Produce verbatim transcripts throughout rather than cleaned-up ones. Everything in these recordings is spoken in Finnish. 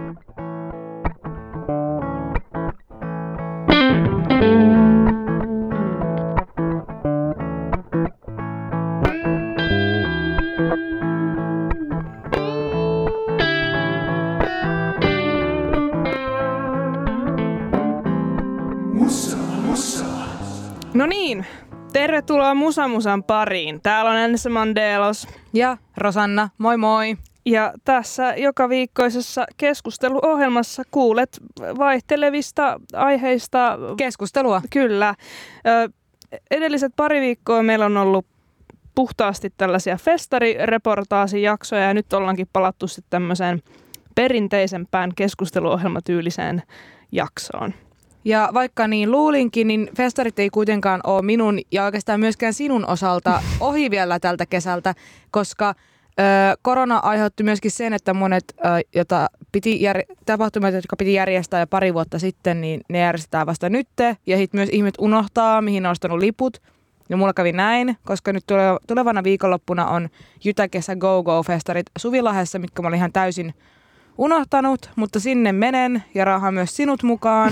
No niin, tervetuloa Musa Musan pariin. Täällä on Ennessä Mandelos ja Rosanna, moi moi. Ja tässä joka viikkoisessa keskusteluohjelmassa kuulet vaihtelevista aiheista keskustelua. Kyllä. Ö, edelliset pari viikkoa meillä on ollut puhtaasti tällaisia festarireportaasijaksoja ja nyt ollaankin palattu sitten tämmöiseen perinteisempään keskusteluohjelmatyyliseen jaksoon. Ja vaikka niin luulinkin, niin festarit ei kuitenkaan ole minun ja oikeastaan myöskään sinun osalta ohi vielä tältä kesältä, koska ö, korona aiheutti myöskin sen, että monet ö, jota piti jär- tapahtumat, jotka piti järjestää jo pari vuotta sitten, niin ne järjestetään vasta nytte. Ja sitten myös ihmiset unohtaa, mihin on ostanut liput. Ja mulla kävi näin, koska nyt tulevana viikonloppuna on Jytäkesä Go-Go-festarit Suvilahdessa, mitkä mä olin ihan täysin unohtanut, mutta sinne menen ja raahaan myös sinut mukaan.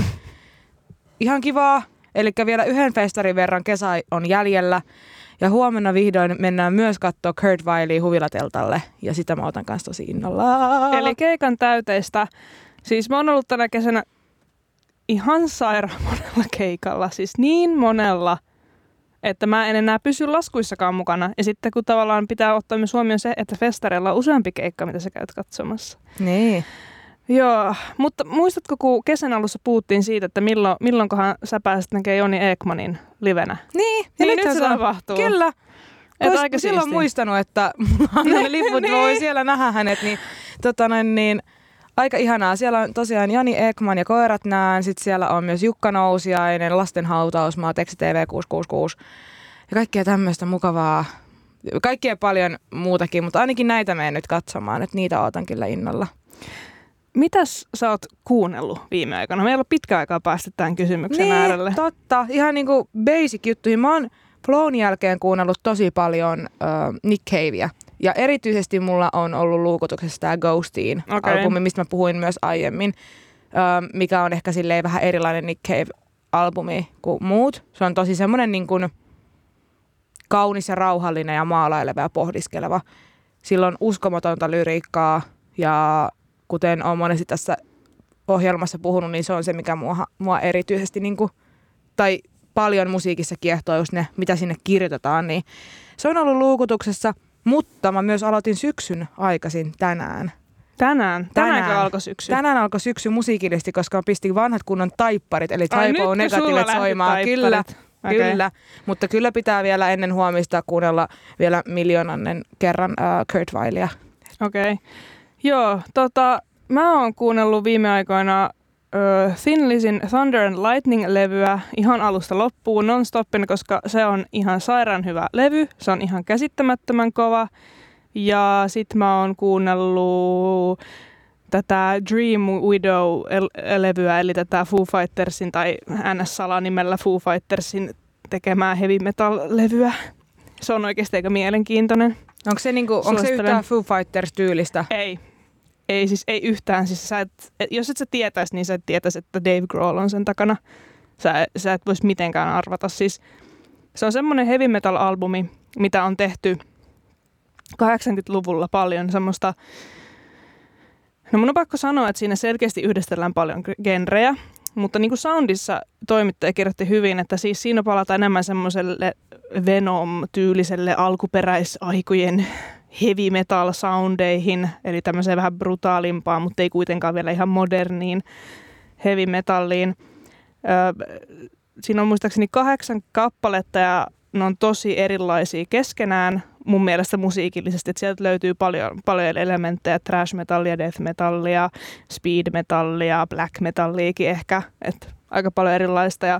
Ihan kivaa. Eli vielä yhden festarin verran kesä on jäljellä. Ja huomenna vihdoin mennään myös katsoa Kurt Weillia Huvilateltalle. Ja sitä mä otan kanssa tosi innolla. Eli keikan täyteistä. Siis mä oon ollut tänä kesänä ihan sairaan monella keikalla. Siis niin monella, että mä en enää pysy laskuissakaan mukana. Ja sitten kun tavallaan pitää ottaa myös huomioon se, että festareilla on useampi keikka, mitä sä käyt katsomassa. Niin. Joo, mutta muistatko, kun kesän alussa puhuttiin siitä, että milloin, milloinkohan sä pääset näkemään Joni Ekmanin livenä? Niin, ja niin nyt se tapahtuu. Kyllä. Että aika silloin siistiä. Muistanut, että on ne liput, niin. Voi siellä nähdä hänet, niin, tota noin, niin aika ihanaa. Siellä on tosiaan Joni Ekman ja Koirat nään, sitten siellä on myös Jukka Nousiainen, Lasten hautausmaa, Teksti T V kuusi kuusi kuusi ja kaikkea tämmöistä mukavaa. Kaikkea paljon muutakin, mutta ainakin näitä menen nyt katsomaan, että niitä ootan kyllä innolla. Mitäs sä oot kuunnellut viime aikoina? Meillä on pitkä aikaa päästä tämän kysymyksen niin, äärelle. Totta. Ihan niinku basic juttuja. Mä oon Flown jälkeen kuunnellut tosi paljon äh, Nick Cavea. Ja erityisesti mulla on ollut luukutuksessa tää Ghostiin Okay. albumi, mistä mä puhuin myös aiemmin, äh, mikä on ehkä silleen vähän erilainen Nick Cave-albumi kuin muut. Se on tosi semmonen niin kuin kaunis ja rauhallinen ja maalaileva ja pohdiskeleva. Sillä on uskomatonta lyriikkaa ja kuten olen monesti tässä ohjelmassa puhunut, niin se on se, mikä mua, mua erityisesti, niin kuin, tai paljon musiikissa kiehtoo just ne, mitä sinne kirjoitetaan. Niin se on ollut luukutuksessa, mutta mä myös aloitin syksyn aikaisin tänään. Tänään? Tänäänkö alkoi syksy? Tänään alkoi syksy musiikillisesti, koska mä pistin vanhat kunnon taipparit, eli Typo Negativet soimaan. Kyllä, okay. Kyllä, mutta kyllä pitää vielä ennen huomista kuunnella vielä miljoonannen kerran uh, Kurt Weillia. Okei. Okay. Joo, tota, mä oon kuunnellut viime aikoina ö, Thin Lizzyn Thunder and Lightning-levyä ihan alusta loppuun non-stoppin, koska se on ihan sairaan hyvä levy. Se on ihan käsittämättömän kova. Ja sit mä oon kuunnellut tätä Dream Widow-levyä, eli tätä Foo Fightersin tai N S-salanimellä Foo Fightersin tekemää heavy metal-levyä. Se on oikeasti aika mielenkiintoinen. Onko se, niinku, onko se yhtään Foo Fighters-tyylistä? Ei. Ei siis ei yhtään. Siis sä et, jos et sä tietäisi, niin sä et tietäisi, että Dave Grohl on sen takana. Sä, sä et vois mitenkään arvata. Siis, se on semmoinen heavy metal-albumi, mitä on tehty kahdeksankymmentäluvulla paljon. Semmoista, no mun on pakko sanoa, että siinä selkeästi yhdistellään paljon genrejä. Mutta niin kuin soundissa toimittaja kirjoitti hyvin, että siis siinä palataan enemmän semmoiselle Venom-tyyliselle alkuperäisaikojen heavy metal soundeihin, eli tämmöiseen vähän brutaalimpaan, mutta ei kuitenkaan vielä ihan moderniin heavy metalliin. Öö, siinä on muistaakseni kahdeksan kappaletta ja ne on tosi erilaisia keskenään mun mielestä musiikillisesti, että sieltä löytyy paljon, paljon elementtejä, thrash metallia, death metallia, speed metallia, black metalliakin ehkä, että aika paljon erilaista. Ja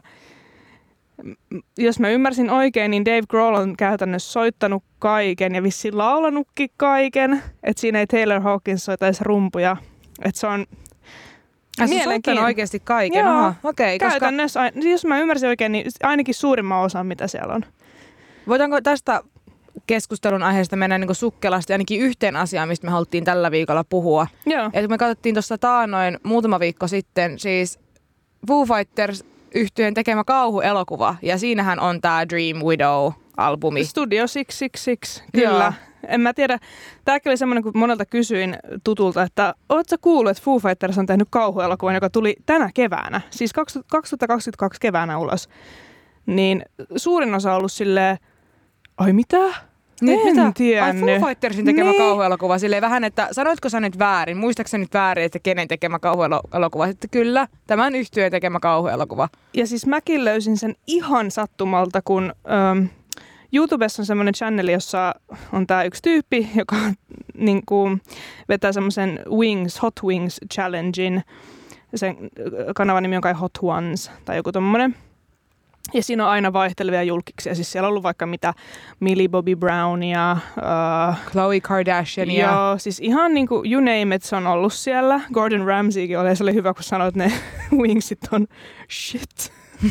jos mä ymmärsin oikein, niin Dave Grohl on käytännössä soittanut kaiken ja vissiin laulanutkin kaiken, että siinä ei Taylor Hawkins soitaisi rumpuja, että se on mielenkiintoinen oikeasti kaiken. Joo, Aha, okay, käytännössä, koska jos mä ymmärsin oikein, niin ainakin suurimman osan, mitä siellä on. Voidaanko tästä keskustelun aiheesta mennä niin kuin sukkelasti ainakin yhteen asiaan, mistä me haluttiin tällä viikolla puhua. Joo. Et me katsottiin tuossa taanoin muutama viikko sitten siis Foo Fighters -yhtyeen tekemä kauhuelokuva, ja siinähän on tämä Dream Widow-albumi. Studio siksi, siksi, siksi. Kyllä. Joo. En mä tiedä. Tämäkin oli semmoinen, kun monelta kysyin tutulta, että ootko sä kuullut, että Foo Fighters on tehnyt kauhuelokuvan, joka tuli tänä keväänä, siis kaksituhattakaksikymmentäkaksi keväänä ulos. Niin suurin osa on ollut silleen, ai mitä? Niin, en mitä? tiennyt. Ai Foo Fightersin tekemä niin. kauhuelokuva. Silleen vähän, että sanoitko sä nyt väärin? Muistatko sä nyt väärin, että kenen tekemä kauhuelokuva? Sitten kyllä, tämän yhtyeen tekemä kauhuelokuva. Ja siis mäkin löysin sen ihan sattumalta, kun ähm, YouTubessa on semmoinen channeli, jossa on tää yksi tyyppi, joka niin kuin, vetää semmoisen Wings, Hot Wings Challengein. Sen kanavan nimi on kai Hot Ones tai joku tommonen. Ja siinä on aina vaihtelevia julkiksia. Siis siellä on ollut vaikka mitä Millie Bobby Brownia. Uh, Khloe Kardashiania. Joo, siis ihan niin kuin you name it, se on ollut siellä. Gordon Ramsaykin oli, se oli hyvä, kun sanoit, että ne wingsit on shit.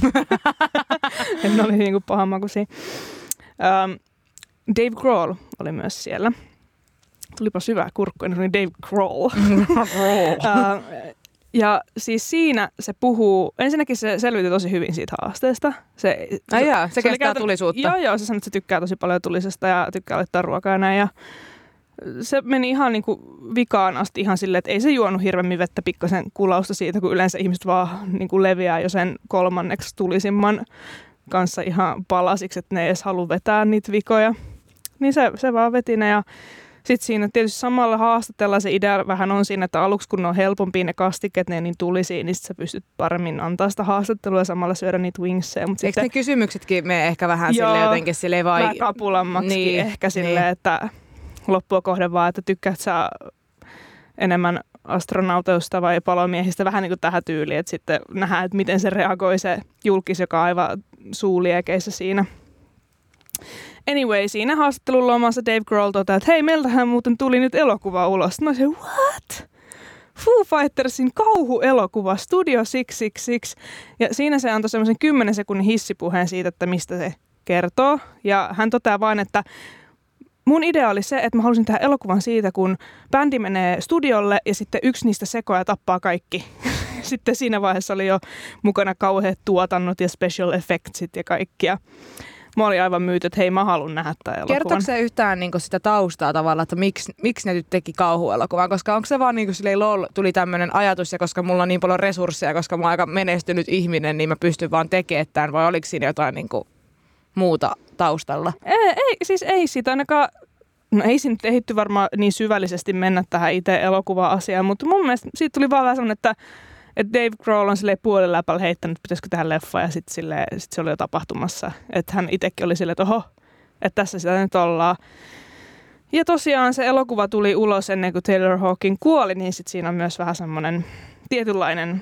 Ne oli niin kuin pahamakuisia. Um, Dave Grohl oli myös siellä. Tulipa syvää kurkkua, niin oli Dave Grohl. uh, Ja siis siinä se puhuu, ensinnäkin se selviytyi tosi hyvin siitä haasteesta. Se, Ai se, jaa, se, se kestää käytän, tulisuutta. Joo, joo, se sanoi, että se tykkää tosi paljon tulisesta ja tykkää laittaa ruokaa ja näin. Ja se meni ihan niin kuin vikaan asti ihan silleen, että ei se juonut hirveämmin vettä pikkasen kulausta siitä, kun yleensä ihmiset vaan niin kuin leviää jo sen kolmanneksi tulisimman kanssa ihan palasiksi, että ne ei edes halua vetää niitä vikoja. Niin se, se vaan veti ne ja sitten siinä tietysti samalla haastatella se idea vähän on siinä, että aluksi kun ne on helpompia ne kastikkeet, ne niin tulisi, niin sit sä pystyt paremmin antaa sitä haastattelua ja samalla syödä niitä wingsseja. Eikö sitten, ne kysymyksetkin mene ehkä vähän joo, silleen jotenkin silleen vai... Vähän kapulammaksi niin, ehkä silleen, niin. Että loppua kohden vaan, että tykkäät sä enemmän astronauteista vai palomiehistä vähän niin kuin tähän tyyliin, että sitten nähdään, että miten se reagoi se julkis, joka on aivan suuliekeissä siinä. Anyway, siinä haastattelun lomassa Dave Grohl toteaa, että hei, meiltähän muuten tuli nyt elokuva ulos. Mä sanoin, what? Foo Fightersin kauhuelokuva Studio siksi siksi siksi. Ja siinä se antoi semmoisen kymmenen sekunnin hissipuheen siitä, että mistä se kertoo. Ja hän toteaa vain, että mun idea oli se, että mä halusin tehdä elokuvan siitä, kun bändi menee studiolle ja sitten yksi niistä sekoja tappaa kaikki. Sitten siinä vaiheessa oli jo mukana kauheat tuotannot ja special effectsit ja kaikkia. Mä olin aivan myyty, että hei, mä haluan nähdä tämän elokuvan. Kertooko se yhtään niin sitä taustaa tavallaan, että miksi, miksi ne nyt teki kauhuelokuvan? Koska onko se vaan niin kuin silleen lol, tuli tämmöinen ajatus, ja koska mulla on niin paljon resursseja, koska mä oon aika menestynyt ihminen, niin mä pystyn vaan tekemään tämän, vai oliko siinä jotain niin kuin muuta taustalla? Ei, ei, siis ei siitä ainakaan, no ei siinä nyt ehditty varmaan niin syvällisesti mennä tähän itse elokuva-asiaan, mutta mun mielestä siitä tuli vaan vähän semmoinen, että että Dave Grohl on silleen puolen läpällä heittänyt, että pitäisikö tehdä leffa, ja sitten sit se oli jo tapahtumassa. Että hän itsekin oli silleen, että oho, että tässä sitä nyt ollaan. Ja tosiaan se elokuva tuli ulos ennen kuin Taylor Hawkin kuoli, niin sitten siinä on myös vähän semmoinen tietynlainen,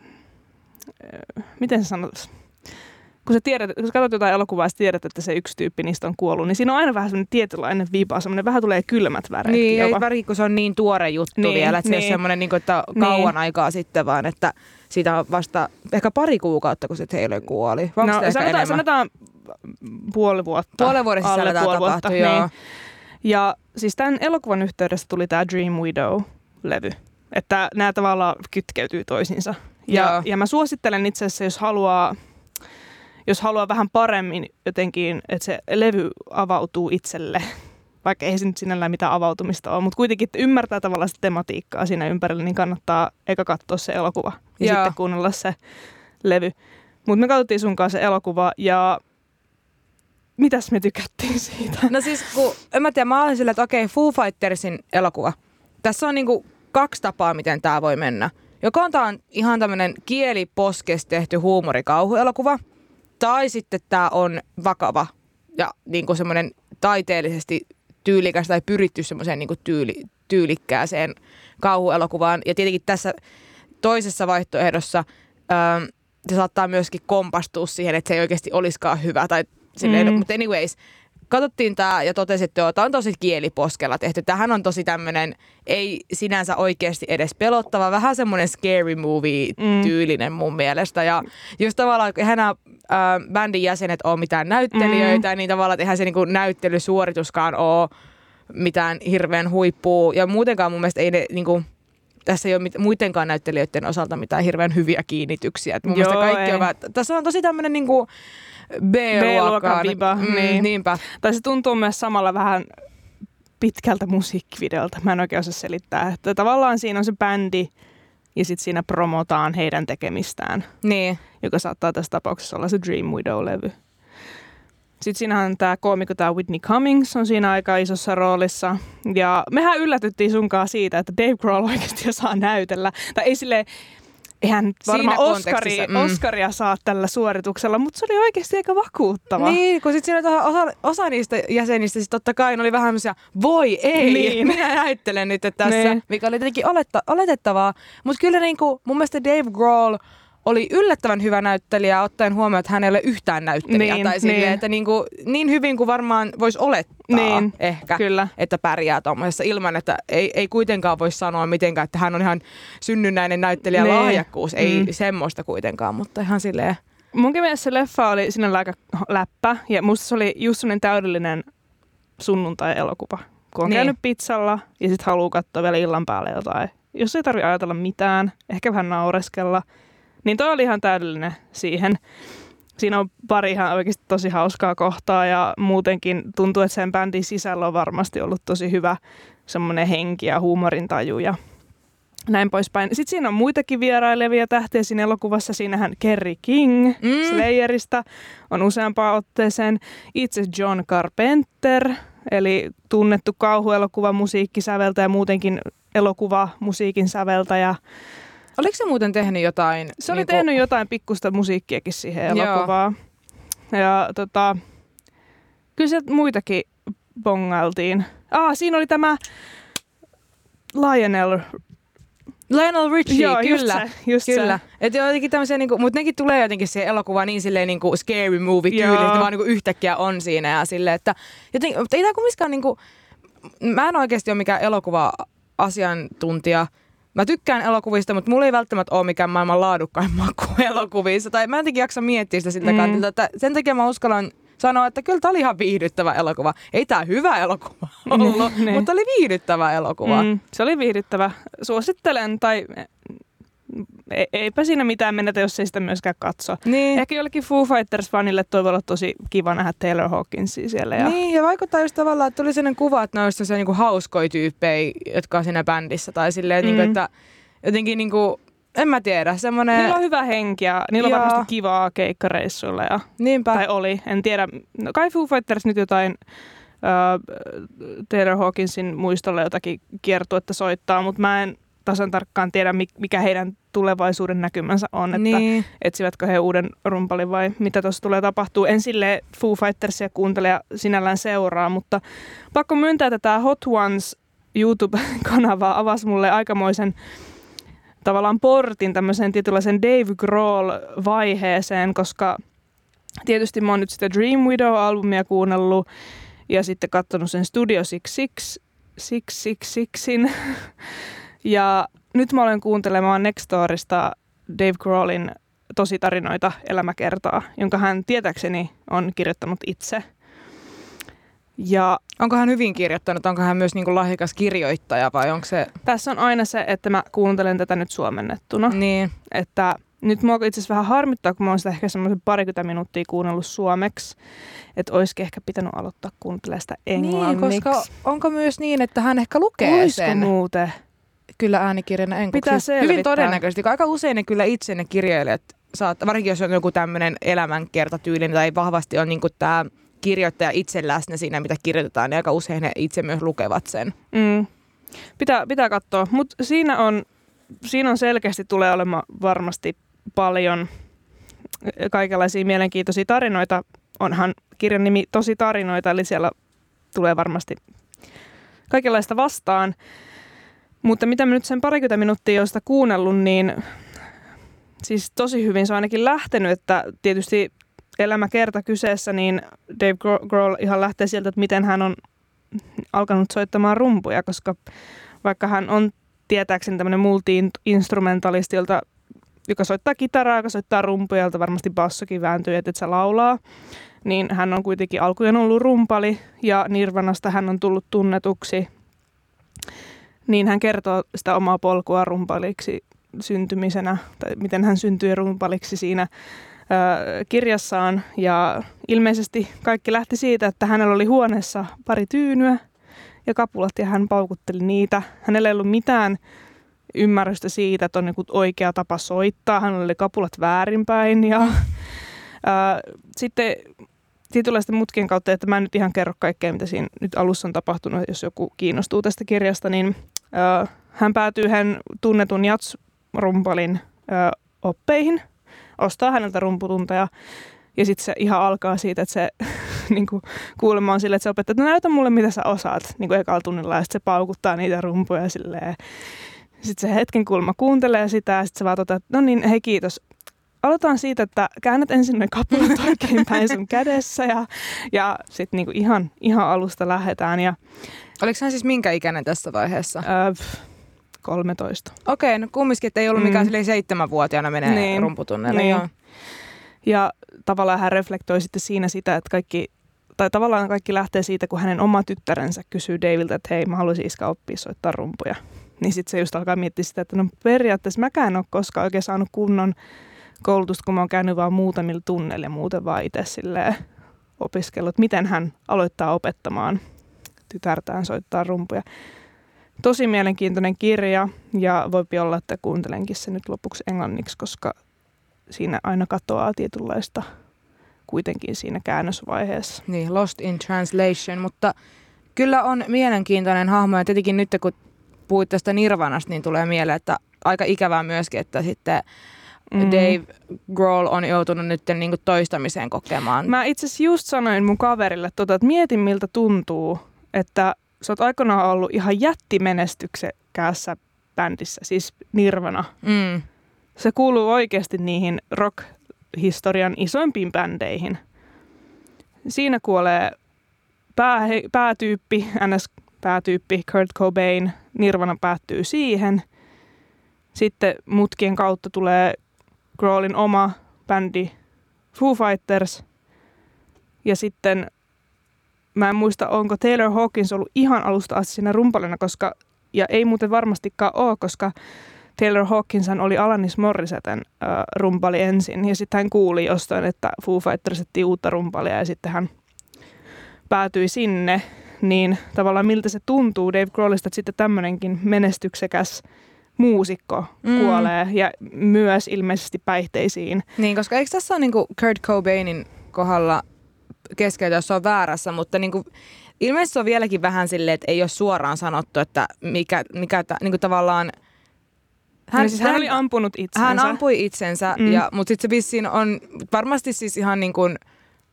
äh, miten se sanot, kun sä, tiedät, kun sä katsot jotain elokuvaa ja tiedät, että se yksi tyyppi niistä on kuollut, niin siinä on aina vähän semmoinen tietynlainen vipa, semmoinen vähän tulee kylmät väreet. Niin, ja varsinkin kun se on niin tuore juttu niin, vielä, että niin. Se on semmoinen, niin että kauan niin. aikaa sitten vaan, että siitä on vasta ehkä pari kuukautta, kun se Taylor kuoli. No, sanotaan, sanotaan puoli vuotta. Puolen vuoden sisällä tämä tapahtui, joo. Niin. Ja siis tämän elokuvan yhteydessä tuli tämä Dream Widow-levy, että nämä tavallaan kytkeytyy toisiinsa. Ja, ja mä suosittelen itse asiassa, jos haluaa, jos haluaa vähän paremmin jotenkin, että se levy avautuu itselle, vaikka ei se nyt sinällään mitään avautumista ole, mutta kuitenkin, että ymmärtää tavallaan sitä tematiikkaa siinä ympärillä, niin kannattaa eka katsoa se elokuva ja Joo. sitten kuunnella se levy. Mutta me katsottiin sun kanssa se elokuva ja mitäs me tykättiin siitä? No siis, kun, en mä tiedä, mä olin silleen, että okei, Foo Fightersin elokuva. Tässä on niinku kaksi tapaa, miten tää voi mennä. Joko on tää on ihan tämmönen kieliposkes tehty huumorikauhuelokuva, tai sitten tää on vakava ja niinku semmoinen taiteellisesti tyylikäs tai pyritty semmoiseen niinku tyyli, tyylikkääseen kauhuelokuvaan. Ja tietenkin tässä toisessa vaihtoehdossa ähm, se saattaa myöskin kompastua siihen, että se ei oikeasti olisikaan hyvä. Tai silleen, mm. Mutta anyways, katsottiin tää ja totesin, että tämä on tosi kieliposkella tehty. Tämähän on tosi tämmöinen, ei sinänsä oikeasti edes pelottava, vähän semmoinen scary movie-tyylinen mun mielestä. Ja just tavallaan, kun hän äh, bändin jäsenet ole mitään näyttelijöitä, mm. niin tavallaan eihän se niinku näyttelysuorituskaan ole mitään hirveän huippua. Ja muutenkaan mun mielestä ei ne niinku, tässä ei ole mit, muidenkaan näyttelijöiden osalta mitään hirveän hyviä kiinnityksiä. Et mun Joo, mielestä kaikki ovat, tässä on tosi tämmöinen niinku B-luokan viba. Mm, niin. Niinpä. Tai se tuntuu myös samalla vähän pitkältä musiikkivideolta. Mä en oikein osaa selittää. Että tavallaan siinä on se bändi ja sitten siinä promotaan heidän tekemistään. Niin. Joka saattaa tässä tapauksessa olla se Dream Widow-levy. Sitten siinä on tämä koomikko, tämä Whitney Cummings on siinä aika isossa roolissa. Ja mehän yllätyttiin sunkaan siitä, että Dave Grohl oikeasti osaa näytellä. Tai ei silleen, eihän varmaan Oscari, mm. Oscaria saa tällä suorituksella, mutta se oli oikeasti aika vakuuttava. Niin, kun sitten siinä osa, osa niistä jäsenistä sit totta kai oli vähän semmoisia, voi ei, niin. minä näyttelen nyt tässä, niin. mikä oli tietenkin oletta, oletettavaa. Mutta kyllä niinku, mun mielestä Dave Grohl oli yllättävän hyvä näyttelijä, ottaen huomioon, että hän ei ole yhtään näyttelijä. Niin, tai silleen, niin. että niinku, niin hyvin kuin varmaan voisi olettaa niin, ehkä, kyllä. että pärjää tuommoisessa ilman, että ei, ei kuitenkaan voi sanoa mitenkään, että hän on ihan synnynnäinen näyttelijä niin. lahjakkuus. Ei mm. semmoista kuitenkaan, mutta ihan silleen. Munkin mielestä se leffa oli sinällä aika läppä ja musta se oli just sellainen täydellinen sunnuntai-elokuva. Kun on niin. käynyt pizzalla ja sitten haluaa katsoa vielä illan päälle jotain. Jos ei tarvitse ajatella mitään, ehkä vähän naureskella. Niin toi oli ihan täydellinen siihen. Siinä on pari ihan oikeasti tosi hauskaa kohtaa ja muutenkin tuntuu, että sen bändin sisällä on varmasti ollut tosi hyvä semmoinen henki ja huumorintaju ja näin poispäin. Sitten siinä on muitakin vierailevia tähtiä siinä elokuvassa. Siinähän Kerry King mm. Slayerista on useampaan otteeseen. Itse John Carpenter, eli tunnettu kauhuelokuva, musiikkisäveltäjä ja muutenkin elokuva, musiikin säveltäjä. Oliko se muuten tehnyt jotain? Se oli niin tehnyt kun... jotain pikkusta musiikkiakin siihen elokuvaan. Ja tota, kyllä sieltä muitakin bongailtiin. Ah, siinä oli tämä Lionel. Lionel Richie, Joo, kyllä. Just se, just kyllä. Se. Et jotenkin tämmöisiä, niinku, mutta nekin tulee jotenkin siihen elokuvaan niin silleen niinku scary movie tyyli, että vaan niinku yhtäkkiä on siinä ja silleen, että jotenkin, mutta ei tämä kumminkaan niinku, mä en oikeasti ole mikään elokuva-asiantuntija. Mä tykkään elokuvista, mutta mulla ei välttämättä ole mikään maailman laadukkain maku elokuvissa. Tai mä en jotenkin jaksa miettiä sitä siltä mm. kantilta, että sen takia mä uskallan sanoa, että kyllä tää oli ihan viihdyttävä elokuva. Ei tää hyvä elokuva ollut, ne, ne. mutta oli viihdyttävä elokuva. Mm, se oli viihdyttävä. Suosittelen, tai e- eipä siinä mitään menetä, jos ei sitä myöskään katso. Niin. Ehkä jollekin Foo Fighters-fanille toi voi olla tosi kiva nähdä Taylor Hawkinsia siellä. Ja... Niin, ja vaikuttaa just tavallaan, että tuli sellainen kuva, että ne olisi sellaisia niinku hauskoja tyyppejä, jotka on siinä bändissä. Tai silleen, mm. niinku, että jotenkin niinku, en mä tiedä, semmoinen... Niillä on hyvä henki ja niillä on varmasti kivaa keikkareissuilla. Ja... Niinpä. Tai oli, en tiedä. No, kai Foo Fighters nyt jotain uh, Taylor Hawkinsin muistolle jotakin kiertuetta soittaa, mutta mä en tasan tarkkaan tiedä, mikä heidän tulevaisuuden näkymänsä on, että niin. etsivätkö he uuden rumpalin vai mitä tuossa tulee tapahtuu. En silleen Foo Fightersia kuuntele ja sinällään seuraa, mutta pakko myöntää, että tämä Hot Ones YouTube-kanava avasi mulle aikamoisen tavallaan portin tämmöiseen tietynlaisen Dave Grohl-vaiheeseen, koska tietysti mä oon nyt sitä Dream Widow-albumia kuunnellut ja sitten katsonut sen Studio kuusisataakuusikymmentäkuusin ja nyt mä olen kuuntelemaan Nextdoorista Dave Grohlin tositarinoita elämäkertaa, jonka hän tietääkseni on kirjoittanut itse. Ja onko hän hyvin kirjoittanut? Onko hän myös niin kuin lahjakas kirjoittaja vai onko se... Tässä on aina se, että mä kuuntelen tätä nyt suomennettuna. Niin. Että nyt mua itse asiassa vähän harmittaa, kun mä oon sitä ehkä semmoisen parikymmentä minuuttia kuunnellut suomeksi. Että olisikin ehkä pitänyt aloittaa kuuntelemaan sitä englanniksi. Niin, koska onko myös niin, että hän ehkä lukee Olisiko sen? muuten? Kyllä äänikirjana englanniksi. Pitää selvittää. Hyvin todennäköisesti. Aika usein ne kyllä itse ne kirjailijat saattaa, varsinkin jos on joku tämmöinen elämänkertatyylinen tai vahvasti on niin kuin tämä kirjoittaja itse läsnä siinä, mitä kirjoitetaan, niin aika usein he itse myös lukevat sen. Mm. Pitää, pitää katsoa, mutta siinä on, siinä on selkeästi tulee olemaan varmasti paljon kaikenlaisia mielenkiintoisia tarinoita. Onhan kirjan nimi Tosi tarinoita, eli siellä tulee varmasti kaikenlaista vastaan. Mutta mitä mä nyt sen parikymmentä minuuttia josta kuunnellut, niin siis tosi hyvin se on ainakin lähtenyt, että tietysti elämäkerta kyseessä, niin Dave Grohl ihan lähtee sieltä, että miten hän on alkanut soittamaan rumpuja, koska vaikka hän on tietääkseni tämmöinen multi-instrumentalisti, jolta joka soittaa kitaraa, joka soittaa rumpuja, jolta varmasti bassokin vääntyy, että se laulaa. Niin hän on kuitenkin alkujen ollut rumpali ja Nirvanasta hän on tullut tunnetuksi. Niin hän kertoo sitä omaa polkua rumpaliksi syntymisenä, tai miten hän syntyi rumpaliksi siinä ö, kirjassaan. Ja ilmeisesti kaikki lähti siitä, että hänellä oli huoneessa pari tyynyä ja kapulat ja hän paukutteli niitä. Hänellä ei ollut mitään ymmärrystä siitä, että on niin kuin oikea tapa soittaa. Hänellä oli kapulat väärinpäin ja ää, sitten tietynlaisten mutkien kautta, että mä en nyt ihan kerro kaikkea, mitä siinä nyt alussa on tapahtunut, jos joku kiinnostuu tästä kirjasta, niin ää, hän päätyy hän tunnetun jats-rumpalin ää, oppeihin, ostaa häneltä rumputunteja ja sitten se ihan alkaa siitä, että se niin kuin, kuulemma on silleen, että se opettaa, että näytä mulle, mitä sä osaat niin kuin ekalla tunnilla ja sitten se paukuttaa niitä rumpuja silleen. Sitten se hetken kulma kuuntelee sitä ja sitten se vaan toteaa, että no niin, hei kiitos. Aloitetaan siitä, että käännät ensin ne kapulat oikein päin sun kädessä ja, ja sitten niinku ihan, ihan alusta lähdetään. Ja, oliko hän siis minkä ikäinen tässä vaiheessa? Öö, kolmetoista. Okei, no kumminkin, että ei ollut mikään mm. seitsemänvuotiaana menee niin. rumputunneille. Niin. Joo. Ja tavallaan hän reflektoi sitten siinä sitä, että kaikki, tai tavallaan kaikki lähtee siitä, kun hänen oma tyttärensä kysyy Davilta, että hei, mä haluaisin iskä oppia soittaa rumpuja. Niin sitten se just alkaa miettiä sitä, että no periaatteessa mäkään en ole koskaan oikein saanut kunnon koulutusta, kun mä oon käynyt vaan muutamilla tunneilla ja muuten vaan itse silleen opiskellut, miten hän aloittaa opettamaan tytärtään soittaa rumpuja. Tosi mielenkiintoinen kirja ja voipi olla, että kuuntelenkin se nyt lopuksi englanniksi, koska siinä aina katoaa tietynlaista kuitenkin siinä käännösvaiheessa. Niin, lost in translation, mutta kyllä on mielenkiintoinen hahmo ja tietenkin nyt kun puhuit tästä Nirvanasta, niin tulee mieleen, että aika ikävää myöskin, että sitten mm. Dave Grohl on joutunut nyt niin kuin toistamiseen kokemaan. Mä itse asiassa just sanoin mun kaverille, tota, että mietin miltä tuntuu, että sä oot aikanaan ollut ihan jättimenestyksekkäässä bändissä, siis Nirvana. Mm. Se kuuluu oikeasti niihin rock-historian isoimpiin bändeihin. Siinä kuolee pää, päätyyppi, N S-päätyyppi Kurt Cobain, Nirvana päättyy siihen. Sitten mutkien kautta tulee Grohlin oma bändi Foo Fighters. Ja sitten mä en muista, onko Taylor Hawkins ollut ihan alusta asti siinä rumpalina, koska, ja ei muuten varmastikaan ole, koska Taylor Hawkinshan oli Alanis Morisseten äh, rumpali ensin. Ja sitten hän kuuli jostain, että Foo Fighters etti uutta rumpalia ja sitten hän päätyi sinne. Niin tavallaan miltä se tuntuu Dave Grohlista, että sitten tämmöinenkin menestyksekäs muusikko mm. kuolee ja myös ilmeisesti päihteisiin. Niin, koska eikö tässä ole niin kuin Kurt Cobainin kohdalla keskeytä, jos se on väärässä, mutta niin kuin, ilmeisesti se on vieläkin vähän silleen, että ei ole suoraan sanottu, että mikä, mikä niin kuin tavallaan hän, siis hän oli ampunut itsensä. Hän ampui itsensä, mm. ja, mutta sitten se vissiin on varmasti siis ihan niin kuin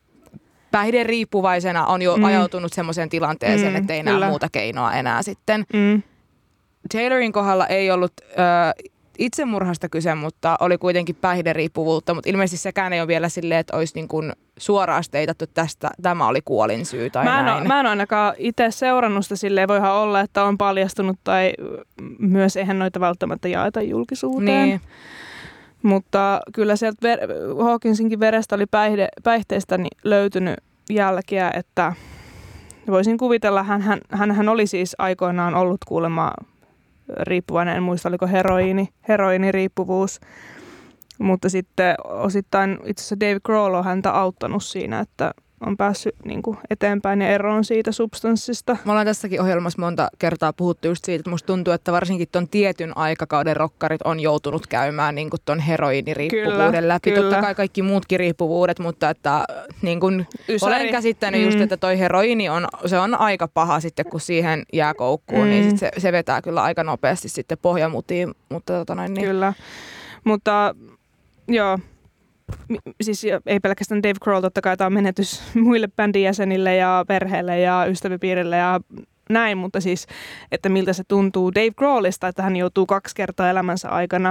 päihderiippuvaisena on jo mm. ajautunut semmoiseen tilanteeseen, mm, että ei enää muuta keinoa enää sitten. Mm. Taylorin kohdalla ei ollut ö, itsemurhasta kyse, mutta oli kuitenkin päihderiippuvuutta, mutta ilmeisesti sekään ei ole vielä silleen, että olisi niin kuin suoraan steitattu tästä, tämä oli kuolinsyy tai mä en näin. Ole, mä en ole ainakaan itse seurannut sitä silleen, voihan olla, että on paljastunut tai myös eihän noita välttämättä jaeta julkisuuteen. Niin. Mutta kyllä sieltä ver- Hawkinsinkin verestä oli päihde, päihteistä niin löytynyt jälkeä, että voisin kuvitella, hän, hän, hän, hän oli siis aikoinaan ollut kuulemma riippuvainen, en muista oliko heroiini, heroiiniriippuvuus, mutta sitten osittain itse asiassa Dave Grohl on häntä auttanut siinä, että on päässyt niin kuin eteenpäin ja eroon siitä substanssista. Me ollaan tässäkin ohjelmassa monta kertaa puhuttu just siitä, että musta tuntuu, että varsinkin ton tietyn aikakauden rokkarit on joutunut käymään niin kuin ton heroiiniriippuvuuden kyllä, läpi. Kyllä. Totta kai kaikki muutkin riippuvuudet, mutta että niin kuin olen käsittänyt mm. just, että toi heroiini on, se on aika paha sitten, kun siihen jää koukkuun, mm. niin sit se, se vetää kyllä aika nopeasti sitten pohjamutiin. Mutta tota noin, niin. Kyllä, mutta joo. Siis ei pelkästään Dave Grohl, totta kai tämä on menetys muille bändin jäsenille ja perheelle ja ystäväpiirille ja näin, mutta siis, että miltä se tuntuu Dave Grohlista, että hän joutuu kaksi kertaa elämänsä aikana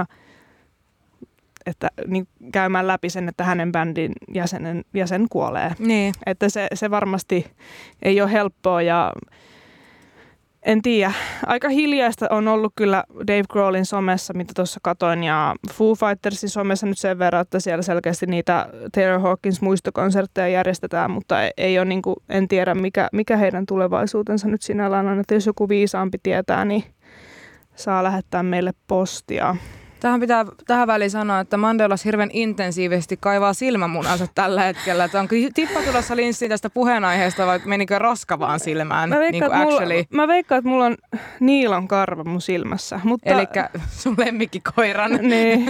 että, niin, käymään läpi sen, että hänen bändin jäsenen, jäsen kuolee. Niin. Että se, se varmasti ei ole helppoa ja en tiedä. Aika hiljaista on ollut kyllä Dave Grohlin somessa, mitä tuossa katoin, ja Foo Fightersin somessa nyt sen verran, että siellä selkeästi niitä Taylor Hawkins muistokonsertteja järjestetään, mutta ei, ei ole niin kuin, en tiedä mikä, mikä heidän tulevaisuutensa nyt sinällään on, että jos joku viisaampi tietää, niin saa lähettää meille postia. Tähän pitää tähän väliin sanoa, että Mandelas hirveän intensiivisesti kaivaa silmämunansa tällä hetkellä. Että onko tippa tulossa linssiin tästä puheenaiheesta vai menikö roska vaan silmään? Mä veikkaan, niin mulla, mä veikkaan, että mulla on niilon karva mun silmässä. Mutta... Elikkä sun lemmikkikoiran. Niin.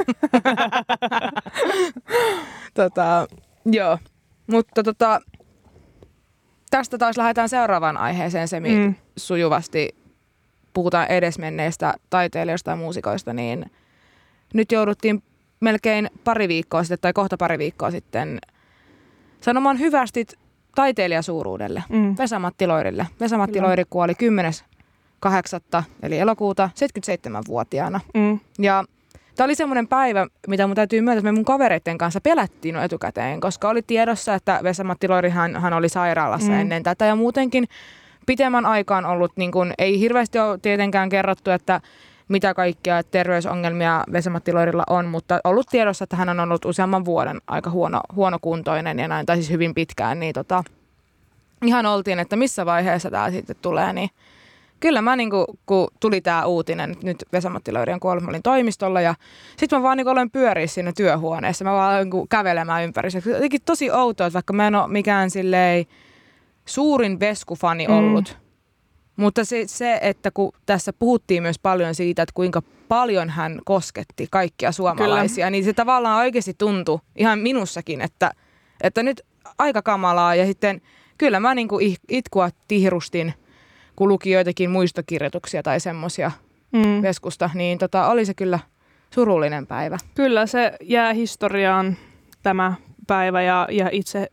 tota, joo, mutta tota, tästä taas lähdetään seuraavaan aiheeseen semi mm. sujuvasti. Puhutaan edesmenneistä taiteilijoista ja muusikoista, niin nyt jouduttiin melkein pari viikkoa sitten, tai kohta pari viikkoa sitten, sanomaan hyvästit taiteilijasuuruudelle, mm. Vesa-Matti Loirille. Vesa-Matti Loiri kuoli kymmenes kahdeksatta eli elokuuta seitsemänkymmentäseitsemänvuotiaana. Mm. Ja tämä oli semmoinen päivä, mitä mun täytyy myöntää, että me mun kavereiden kanssa pelättiin jo etukäteen, koska oli tiedossa, että Vesa-Matti Loiri hän, hän oli sairaalassa mm. ennen tätä ja muutenkin pitemmän aikaan ollut, niin kun, ei hirveästi ole tietenkään kerrottu, että mitä kaikkia terveysongelmia Vesa-Matti Loirilla on, mutta ollut tiedossa, että hän on ollut useamman vuoden aika huono, huonokuntoinen ja näin, tai siis hyvin pitkään, niin tota, ihan oltiin, että missä vaiheessa tämä sitten tulee, niin kyllä mä niin kun, kun tuli tämä uutinen, nyt Vesa-Matti Loiri on kuollut, mä olin toimistolla ja sitten mä vaan niin olen pyöriä siinä työhuoneessa, mä vaan niin kävelemään ympäri. Jotenkin tosi outoa, että vaikka mä en ole mikään silleen suurin Vesku-fani ollut. Mm. Mutta se, se, että kun tässä puhuttiin myös paljon siitä, että kuinka paljon hän kosketti kaikkia suomalaisia, Kyllä. niin se tavallaan oikeasti tuntui ihan minussakin, että, että nyt aika kamalaa. Ja sitten kyllä mä niinku itkua tihrustin, kun luki joitakin muistokirjoituksia tai semmoisia mm. Veskusta, niin tota, oli se kyllä surullinen päivä. Kyllä se jää historiaan tämä päivä ja, ja itse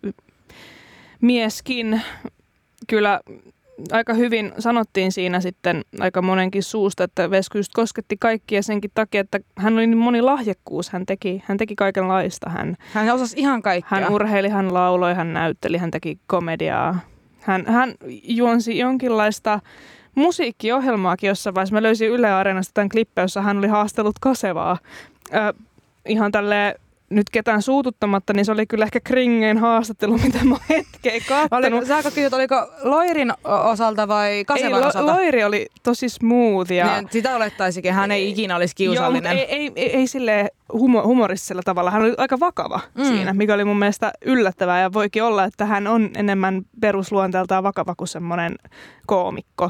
mieskin. Kyllä aika hyvin sanottiin siinä sitten aika monenkin suusta, että Vesku just kosketti kaikkia senkin takia, että hän oli niin moni lahjakkuus. Hän teki, hän teki kaikenlaista. Hän, hän osasi ihan kaikkea. Hän urheili, hän lauloi, hän näytteli, hän teki komediaa. Hän, hän juonsi jonkinlaista musiikkiohjelmaakin jossain vaiheessa. Mä löysin Yle Areenasta tämän klippin, jossa hän oli haastellut Kasevaa. Ö, ihan tälleen nyt ketään suututtamatta, niin se oli kyllä ehkä kringein haastattelu, mitä mä hetkeen kattonut. Saako kysyä, että oliko Loirin osalta vai Kasevan ei, osalta? Loiri oli tosi smooth. Ja niin, sitä olettaisikin, hän ei ikinä olisi kiusallinen. Joo, ei, ei, ei silleen humo, humoristisella tavalla. Hän oli aika vakava mm. siinä, mikä oli mun mielestä yllättävää. Ja voikin olla, että hän on enemmän perusluonteeltaan vakava kuin semmoinen koomikko.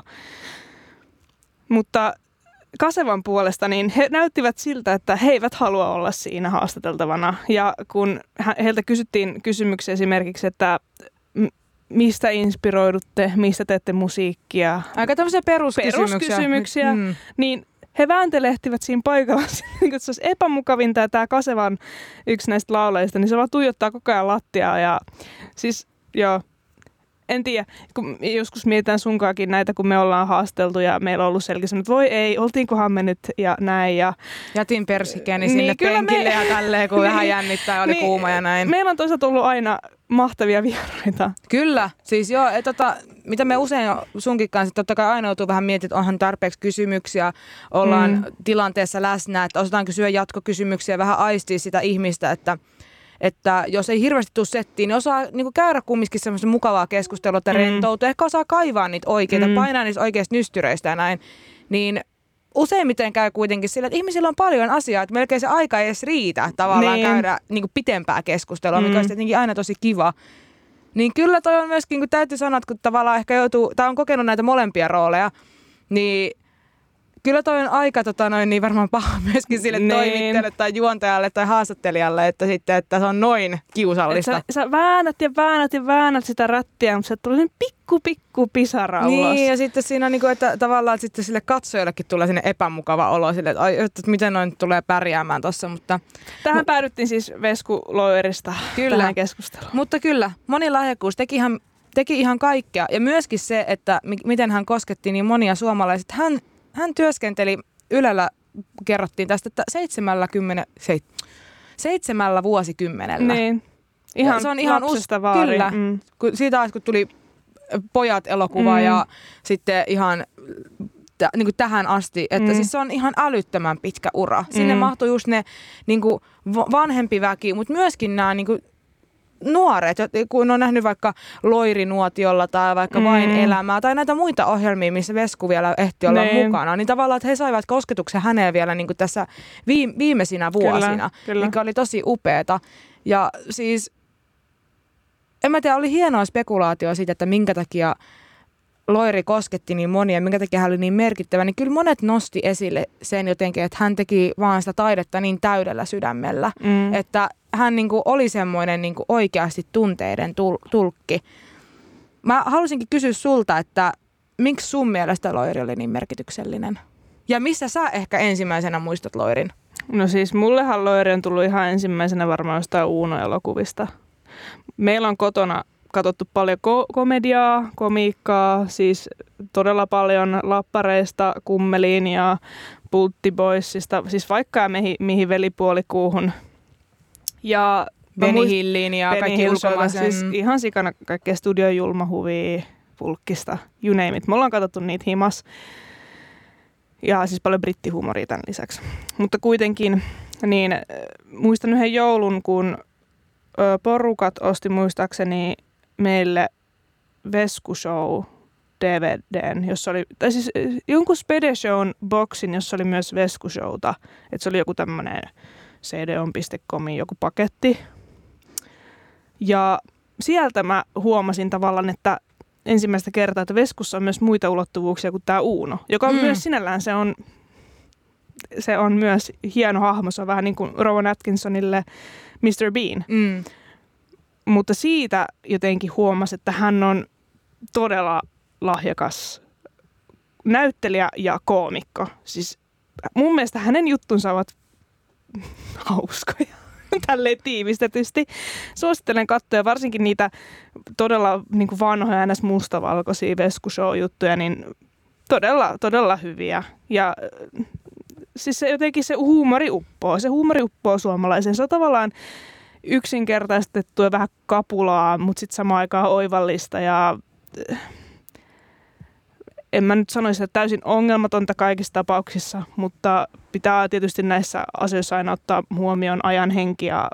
Mutta Kasevan puolesta, niin he näyttivät siltä, että he eivät halua olla siinä haastateltavana. Ja kun heiltä kysyttiin kysymyksiä esimerkiksi, että mistä inspiroidutte, mistä teette musiikkia. Aika tämmöisiä peruskysymyksiä. peruskysymyksiä mm. Niin he vääntelehtivät siinä paikalla, että se olisi epämukavinta. Ja tämä Kasevan yksi näistä laulajista, niin se vaan tuijottaa koko ajan lattiaa. Ja siis joo. En tiedä, kun joskus mietitään sunkaakin näitä, kun me ollaan haasteltu ja meillä on ollut selkeä, että voi ei, oltiinkohan me nyt ja näin. Ja jätin persikeni sinne niin, penkille me ja tälleen, kun vähän jännittää, oli niin, kuuma ja näin. Meillä on toisaalta ollut aina mahtavia vieraita. Kyllä, siis joo, et, tota, mitä me usein sunkin kanssa, totta kai aina joutuu vähän miettimään, että onhan tarpeeksi kysymyksiä, ollaan mm. tilanteessa läsnä, että osataan kysyä jatkokysymyksiä, vähän aistia sitä ihmistä, että että jos ei hirveästi tule settiin, niin osaa niin käydä kumminkin semmoista mukavaa keskustelua, että mm. rentoutuu. Ehkä osaa kaivaa niitä oikeita, mm. painaa niistä oikeista nystyreistä ja näin. Niin useimmiten käy kuitenkin sillä, että ihmisillä on paljon asiaa, että melkein se aika ei edes riitä tavallaan niin. käydä niin pitempää keskustelua, mm. mikä olisi tietenkin aina tosi kiva. Niin kyllä toi on myöskin, kun täytyy sanoa, että kun tavallaan ehkä joutuu, tai on kokenut näitä molempia rooleja, niin kyllä toi on aika tota noin, niin varmaan paha myöskin sille niin. toimittajalle tai juontajalle tai haastattelijalle, että sitten, että se on noin kiusallista. Sä, sä väännät ja väännät ja väännät sitä rättiä, mutta se tulee niin pikku pikku pisara niin, ulos. Niin ja sitten siinä on niin kuin, että tavallaan että sitten sille katsojallekin tulee sinne epämukava olo sille, että, ai, että miten noin tulee pärjäämään tossa, mutta tähän mu- päädyttiin siis Vesku Loirista kyllä. tähän keskusteluun. Mutta kyllä, moni lahjakkuus teki ihan, teki ihan kaikkea ja myöskin se, että m- miten hän kosketti niin monia suomalaisia. Hän Hän työskenteli Ylellä, kerrottiin tästä, että seitsemälläkymmenellä, seit, seitsemällä vuosikymmenellä. Niin. Ihan se on ihan lapsesta vaariin. Kyllä. Mm. Kun siitä ajasta, kun tuli Pojat-elokuva Mm. ja sitten ihan t- niin kuin tähän asti. Että Mm. siis se on ihan älyttömän pitkä ura. Sinne Mm. mahtuu just ne niin kuin v- vanhempi väki, mutta myöskin nämä niin kuin nuoret, kun on nähnyt vaikka Loirinuotiolla tai vaikka Mm. Vain elämää tai näitä muita ohjelmia, missä Vesku vielä ehti olla Niin. mukana, niin tavallaan, että he saivat kosketuksen häneen vielä niin kuin tässä viime, viimeisinä vuosina, Kyllä, kyllä. mikä oli tosi upeata. Ja siis, en mä tiedä, oli hienoa spekulaatio siitä, että minkä takia Loiri kosketti niin monia, minkä takia hän oli niin merkittävä, niin kyllä monet nosti esille sen jotenkin, että hän teki vaan sitä taidetta niin täydellä sydämellä, Mm. että hän niinku oli semmoinen niinku oikeasti tunteiden tul- tulkki. Mä halusinkin kysyä sulta, että miksi sun mielestä Loiri oli niin merkityksellinen? Ja missä sä ehkä ensimmäisenä muistat Loirin? No siis mullehan Loiri on tullut ihan ensimmäisenä varmaan jostain Uuno-elokuvista. Meillä on kotona katsottu paljon ko- komediaa, komiikkaa, siis todella paljon lappareista, kummeliin ja Pulttiboysista, siis vaikka ja mihin, mihin velipuolikuuhun. Ja mä Benny muist- Hillin ja Benny kaikki Hill soita, ulkomaisen. siis ihan sikana kaikkea Studion Julmahuvia, Pulkkista, you name it. Me ollaan katsottu niitä himas. Ja siis paljon brittihuumoria tämän lisäksi. Mutta kuitenkin, niin äh, muistan yhden joulun, kun ö, porukat osti muistaakseni meille Vesku Show D V D:n, jossa oli, tai siis äh, jonkun Spede Shown boxin, jossa oli myös Vesku Showta. Että se oli joku tämmönen c d on piste comin joku paketti. Ja sieltä mä huomasin tavallaan, että ensimmäistä kertaa, että Veskussa on myös muita ulottuvuuksia kuin tämä Uuno, joka on Mm. myös sinällään se on, se on myös hieno hahmo. Se on vähän niin kuin Rowan Atkinsonille mister Bean. Mm. Mutta siitä jotenkin huomasi, että hän on todella lahjakas näyttelijä ja koomikko. Siis mun mielestä hänen juttunsa ovat hauskoja. Tälleen tiivistetysti. Suosittelen katsoa varsinkin niitä todella niin kuin vanhoja ns. Mustavalkoisia Vesku Show-juttuja, niin todella, todella hyviä. Ja äh, siis se jotenkin se huumori uppoo. Se huumori uppoo suomalaisen. Se on tavallaan yksinkertaistettu ja vähän kapulaa, mutta sitten samaan aikaan oivallista ja äh, en mä nyt sanoisi, että täysin ongelmatonta kaikissa tapauksissa, mutta pitää tietysti näissä asioissa aina ottaa huomioon ajan henki ja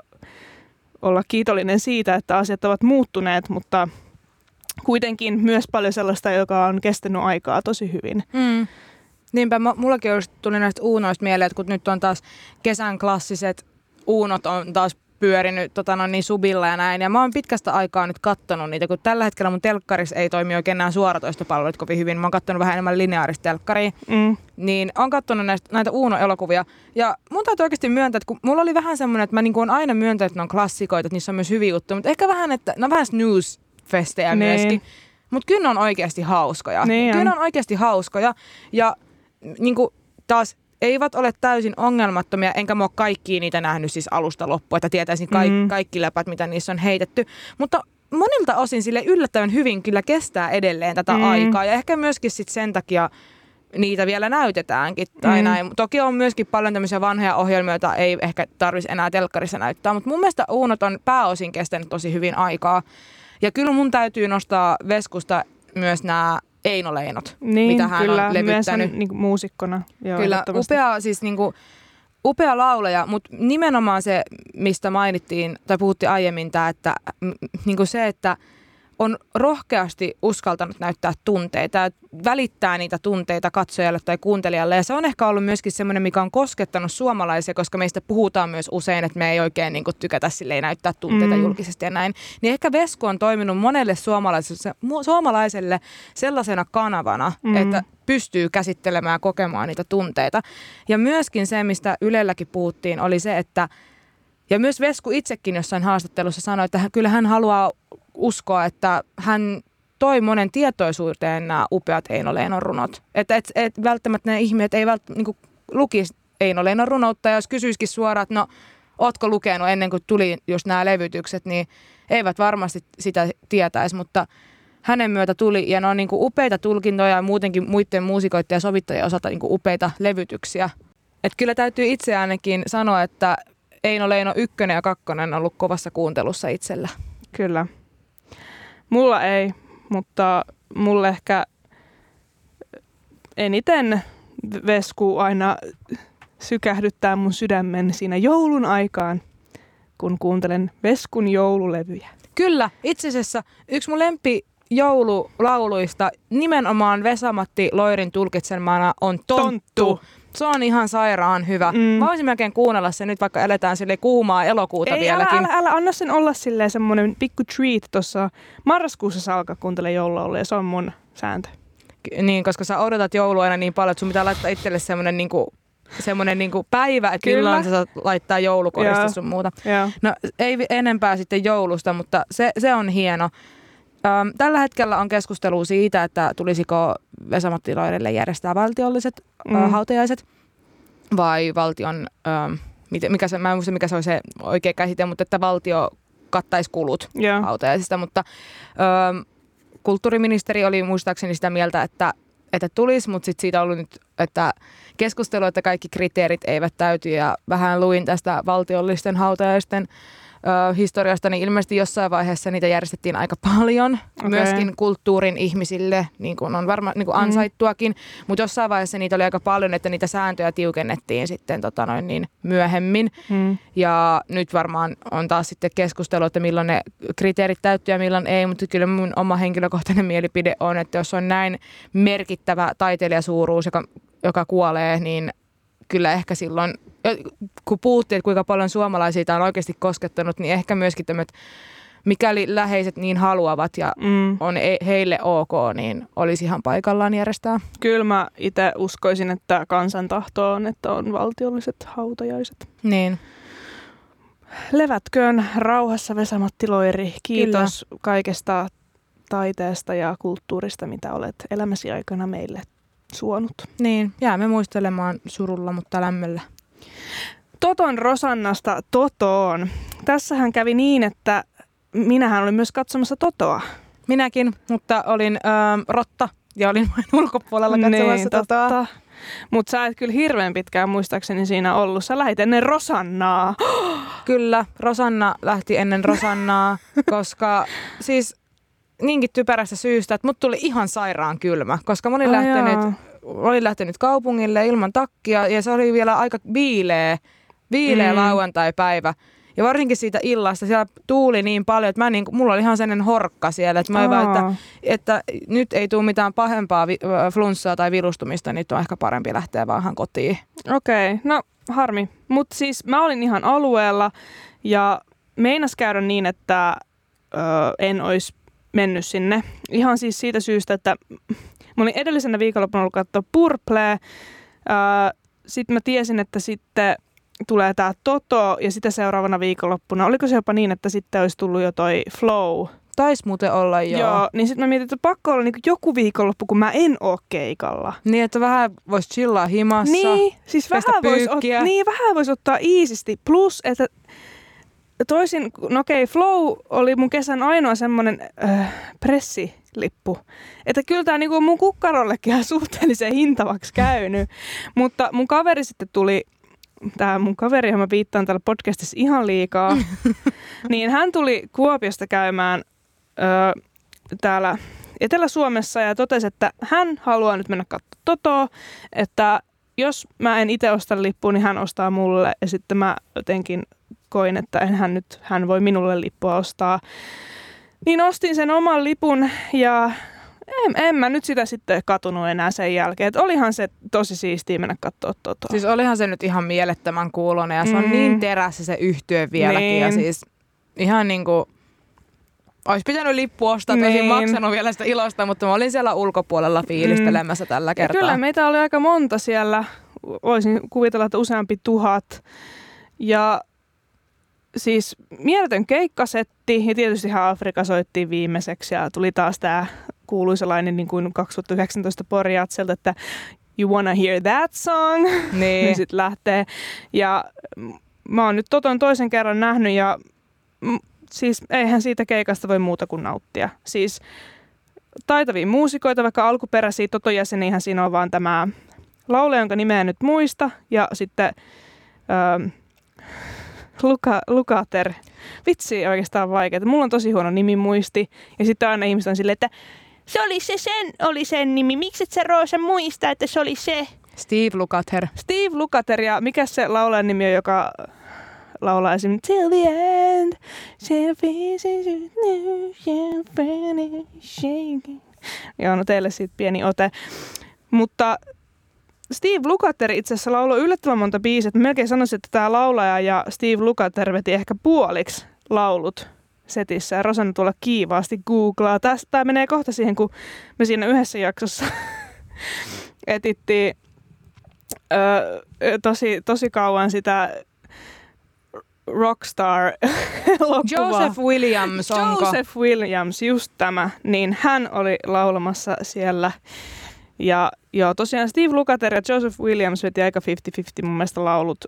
olla kiitollinen siitä, että asiat ovat muuttuneet, mutta kuitenkin myös paljon sellaista, joka on kestänyt aikaa tosi hyvin. Mm. Niinpä, m- mullakin tuli näistä Uunoista mieleen, että kun nyt on taas kesän klassiset Uunot on taas pyörinyt tota, no, niin subilla ja näin. Ja mä oon pitkästä aikaa nyt kattonut niitä, kun tällä hetkellä mun telkkarissa ei toimi oikein nämä suoratoistopalvelut kovin hyvin. Mä oon kattonut vähän enemmän lineaarista telkkaria. Mm. Niin oon kattonut näistä, näitä Uuno-elokuvia. Ja mun täytyy oikeasti myöntää, että kun mulla oli vähän semmoinen, että mä niin oon aina myöntänyt, että ne on klassikoita, että niissä on myös hyviä juttuja. Mutta ehkä vähän, että ne on vähän snooze-festejä niin. myöskin. Mutta kyllä ne on oikeasti hauskoja. Niin kyllä on. ne on oikeasti hauskoja. Ja niin kuin taas eivät ole täysin ongelmattomia, enkä mä ole kaikkia niitä nähnyt siis alusta loppuun, että tietäisin ka- Mm. kaikki läpät, mitä niissä on heitetty. Mutta monilta osin sille yllättävän hyvin kyllä kestää edelleen tätä Mm. aikaa. Ja ehkä myöskin sit sen takia niitä vielä näytetäänkin. Tai Mm. näin. Toki on myöskin paljon tämmöisiä vanhoja ohjelmia, joita ei ehkä tarvitsisi enää telkkarissa näyttää. Mutta mun mielestä Uunot on pääosin kestänyt tosi hyvin aikaa. Ja kyllä mun täytyy nostaa Veskusta myös nämä Eino Leinot, Niin, mitä hän kyllä, on myös levyttänyt. hän, niin kuin muusikkona. Joo, Kyllä, ehdottomasti. upea, siis niinku, upea laulaja, mutta nimenomaan se, mistä mainittiin tai puhuttiin aiemmin, tää, että m, niinku se, että on rohkeasti uskaltanut näyttää tunteita ja välittää niitä tunteita katsojalle tai kuuntelijalle. Ja se on ehkä ollut myöskin semmoinen, mikä on koskettanut suomalaisia, koska meistä puhutaan myös usein, että me ei oikein niin kuin tykätä silleen näyttää tunteita mm. julkisesti ja näin. Niin ehkä Vesku on toiminut monelle suomalaiselle, suomalaiselle sellaisena kanavana, mm. että pystyy käsittelemään ja kokemaan niitä tunteita. Ja myöskin se, mistä Ylelläkin puhuttiin, oli se, että ja myös Vesku itsekin jossain haastattelussa sanoi, että kyllä hän haluaa uskoa, että hän toi monen tietoisuuteen nämä upeat Eino Leinon runot. Että et, et välttämättä ne ihmiset ei vält, niinku, lukisi Eino Leinon runoutta, ja jos kysyisikin suoraan, että no, ootko lukenut ennen kuin tuli just nämä levytykset, niin eivät varmasti sitä tietäisi, mutta hänen myötä tuli, ja ne on niinku upeita tulkintoja ja muutenkin muiden muusikoiden ja sovittajien osalta niinku upeita levytyksiä. Et kyllä täytyy itse ainakin sanoa, että Eino Leino ykkönen ja kakkonen on ollut kovassa kuuntelussa itsellä. Kyllä. Mulla ei. mutta mulle ehkä eniten Vesku aina sykähdyttää mun sydämen siinä joulun aikaan, kun kuuntelen Veskun joululevyjä. Kyllä, itse asiassa yksi mun lempi joululauluista nimenomaan Vesa-Matti Loirin tulkitsemana on Tonttu. Tonttu. Se on ihan sairaan hyvä. Mm. Mä voisin melkein kuunnella sen nyt, vaikka eletään sille kuumaa elokuuta Ei, vieläkin. Älä, älä, älä anna sen olla silleen semmoinen pikku treat tuossa marraskuussa sä alkaa kuuntelemaan joululauluja ja se on mun sääntö. Niin, koska sä odotat joulua aina niin paljon, että sun pitää laittaa itselle semmoinen niinku, semmoinen niinku päivä, että Kyllä. milloin sä saat laittaa joulukorista sun muuta. Joo. No ei enempää sitten joulusta, mutta se, se on hieno. Öm, tällä hetkellä on keskustelua siitä, että tulisiko Vesa-Matti Loirille järjestää valtiolliset mm. ö, hautajaiset vai valtion, ö, mikä se, mä en muista mikä se on se oikea käsite, mutta että valtio kattaisi kulut yeah. hautajaisista, mutta ö, kulttuuriministeri oli muistaakseni sitä mieltä, että, että tulisi, mutta sitten siitä on ollut nyt että keskustelu, että kaikki kriteerit eivät täyty ja vähän luin tästä valtiollisten hautajaisten ö, historiasta, niin ilmeisesti jossain vaiheessa niitä järjestettiin aika paljon, okay. myöskin kulttuurin ihmisille, niin kuin on varmaan niin kuin ansaittuakin, mm. mutta jossain vaiheessa niitä oli aika paljon, että niitä sääntöjä tiukennettiin sitten tota noin, niin myöhemmin. Mm. Ja nyt varmaan on taas sitten keskustelu, että milloin ne kriteerit täyttyy ja milloin ei, mutta kyllä mun oma henkilökohtainen mielipide on, että jos on näin merkittävä taiteilijasuuruus, joka, joka kuolee, niin kyllä ehkä silloin, kun puhuttiin, että kuinka paljon suomalaisia tämä on oikeasti koskettanut, niin ehkä myöskin tämmöiset, mikäli läheiset niin haluavat ja mm. on heille ok, niin olisi ihan paikallaan järjestää. Kyllä mä itse uskoisin, että kansan tahto on, että on valtiolliset hautajaiset. Niin. Levätköön rauhassa Vesa-Matti Loiri. Kiitos Kyllä. kaikesta taiteesta ja kulttuurista, mitä olet elämäsi aikana meille suonut. Niin, jäämme muistelemaan surulla, mutta lämmöllä. Toton Rosannasta Totoon. Tässähän kävi niin, että minähän olin myös katsomassa Totoa. Minäkin, mutta olin ähm, rotta ja olin vain ulkopuolella katsomassa niin, Totoa. Mutta sä et kyllä hirveän pitkään muistaakseni siinä ollut. Sä lähit ennen Rosannaa. Kyllä, Rosanna lähti ennen Rosannaa, koska siis niinkin typerästä syystä, että mut tuli ihan sairaan kylmä, koska mä olin, oh, lähtenyt, olin lähtenyt kaupungille ilman takkia ja se oli vielä aika viileä, viileä mm. lauantai-päivä. Ja varsinkin siitä illasta siellä tuuli niin paljon, että mä niin, mulla oli ihan sellainen horkka siellä, että mä vaan, että, että nyt ei tule mitään pahempaa vi, flunssaa tai virustumista, niin on ehkä parempi lähteä vaan kotiin. Okei, okay, no harmi. Mutta siis mä olin ihan alueella ja meinas käydä niin, että ö, en olisi mennyt sinne. Ihan siis siitä syystä, että mä olin edellisenä viikonloppuna ollut katsoa Purplea. Sitten mä tiesin, että sitten tulee tää Toto ja sitä seuraavana viikonloppuna. Oliko se jopa niin, että sitten olisi tullut jo toi Flow? Taisi muuten olla joo. Joo, niin sitten mä mietin, että pakko olla niinku joku viikonloppu, kun mä en oo keikalla. Niin, että vähän voisi chillaa himassa, niin, siis vähän vois ot- niin, vähän voisi ottaa iisisti. Plus, että toisin, no okei, okay, Flow oli mun kesän ainoa semmoinen äh, pressilippu. Että kyllä tää niinku mun kukkarollekin ihan suhteellisen hintavaksi käynyt. Mutta mun kaveri sitten tuli, tää mun kaveri, johon mä viittaan täällä podcastissa ihan liikaa, niin hän tuli Kuopiosta käymään ö, täällä Etelä-Suomessa ja totesi, että hän haluaa nyt mennä katsomaan Totoa, että jos mä en itse osta lippua, niin hän ostaa mulle ja sitten mä jotenkin koin, että en hän nyt, hän voi minulle lippua ostaa. Niin ostin sen oman lipun ja en, en mä nyt sitä sitten katunut enää sen jälkeen. Et olihan se tosi siistiä mennä katsoa Totoa. Siis olihan se nyt ihan mielettömän kuulonen ja se on mm. niin terässä se yhtye vieläkin. Niin. Ja siis ihan niinku, olisi pitänyt lippu ostaa, niin. Olisin maksanut vielä sitä ilosta, mutta mä olin siellä ulkopuolella fiilistelemässä mm. tällä kertaa. Ja kyllä meitä oli aika monta siellä. Voisin kuvitella, että useampi tuhat. Ja siis mieletön keikkasetti ja tietysti Afrika soittiin viimeiseksi ja tuli taas tämä kuuluisalainen niin kuin kaksituhattayhdeksäntoista Porjatselta, että you wanna hear that song? Niin. niin sitten lähtee. Ja mä oon nyt Toton toisen kerran nähnyt ja m- siis eihän siitä keikasta voi muuta kuin nauttia. Siis taitavia muusikoita, vaikka alkuperäisiä Toton jäseniähän siinä on vaan tämä laulaja, jonka nimeä en nyt muista ja sitten Öö, Luka, Lukater. Vitsi, oikeastaan vaikeaa. Mulla on tosi huono nimimuisti. Ja sitten aina ihmiset on silleen, että Se oli se, sen oli sen nimi. Miksi et sä Roosa muista, että se oli se? Steve Lukather. Steve Lukather ja mikä se laulajan nimi on, joka laulaa esimerkiksi Till the end, joo, no teille siitä pieni ote. Mutta Steve Lukather itse asiassa lauloi yllättävän monta biisiä. Melkein sanoisin, että tämä laulaja ja Steve Lukather veti ehkä puoliksi laulut setissä. Ja Rosanna tuolla kiivaasti googlaa. Tämä menee kohta siihen, kun me siinä yhdessä jaksossa etittiin öö, tosi, tosi kauan sitä Rockstar-elokuvaa. Joseph Williams, onko? Joseph Williams, just tämä. Niin hän oli laulamassa siellä. Ja joo, tosiaan Steve Lukather ja Joseph Williams veti aika viisikymmentä viisikymmentä mun mielestä laulut.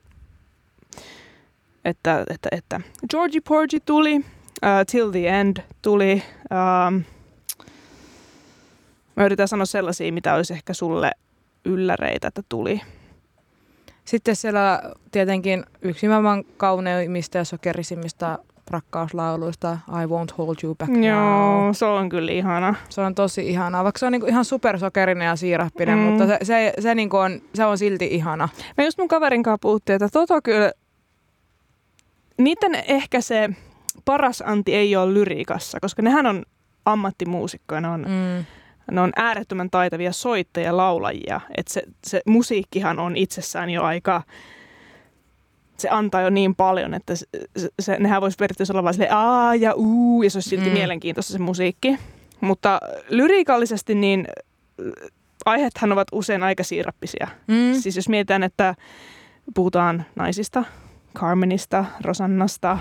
Että, että, että. Georgie Porgy tuli, uh, Till the End tuli. Um, mä yritän sanoa sellaisia, mitä olisi ehkä sulle ylläreitä, että tuli. Sitten siellä tietenkin yksi maailman kauneimmista ja sokerisimmista rakkauslauluista, I Won't Hold You Back Now. Joo, se on kyllä ihana. Se on tosi ihanaa, vaikka se on niinku ihan supersokerinen ja siirappinen, Mm. mutta se, se, se, niinku on, se on silti ihana. Me just mun kaverin kanssa puhuttiin, että Toto kyllä, niiden ehkä se paras anti ei ole lyriikassa, koska nehän on ammattimuusikkoja, ne on, Mm. ne on äärettömän taitavia soittajia ja laulajia. Että se, se musiikkihan on itsessään jo aika, se antaa jo niin paljon, että se, se, nehän voisi periaatteessa olla vaan silleen aa ja uu, ja se olisi silti Mm. mielenkiintoista se musiikki. Mutta lyriikallisesti niin aiheethan ovat usein aika siirappisia. Mm. Siis jos mietitään, että puhutaan naisista, Carmenista, Rosannasta,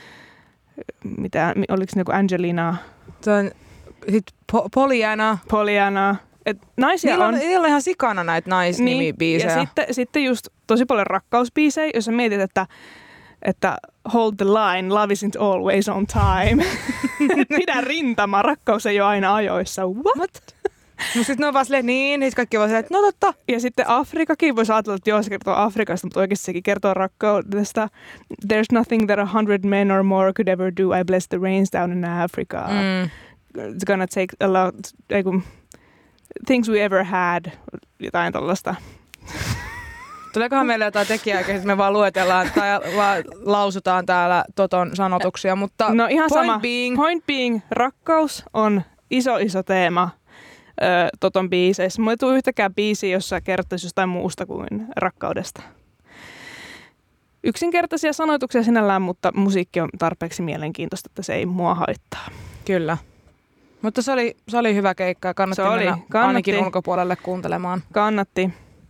mitä, oliko ne joku Angelina, Sitten po- Pollyanna. Pollyanna. Et naisia Niillä on, on. niillä on ihan sikana näitä naisnimibiisejä. Ja sitten, sitten just tosi paljon rakkausbiisejä, jos sä mietit, että, että hold the line, love isn't always on time. Pidä rintama, rakkaus ei ole aina ajoissa. What? No sit ne on vaan silleen niin, niin kaikki on vaan silleen, että no totta. Ja sitten Afrikakin voisi ajatella, että joo, se kertoo Afrikasta, mutta oikeasti sekin kertoo rakkaudesta. There's nothing that a hundred men or more could ever do. I bless the rains down in Africa. Mm. It's gonna take a lot, eiku, things we ever had, jotain tollaista. Tuleekohan meille jotain tekijää, että me vaan luetellaan tai vaan lausutaan täällä Toton sanotuksia, mutta No ihan point sama. being, Point being, rakkaus on iso iso teema ö, Toton biiseissä. Mulla ei tule yhtäkään biisiä, jossa kertoisi jostain muusta kuin rakkaudesta. Yksinkertaisia sanoituksia sinällään, mutta musiikki on tarpeeksi mielenkiintoista, että se ei mua haittaa. kyllä. Mutta se oli, se oli hyvä keikka ja kannatti Se oli, mennä kannatti. ainakin ulkopuolelle kuuntelemaan. Kannatti.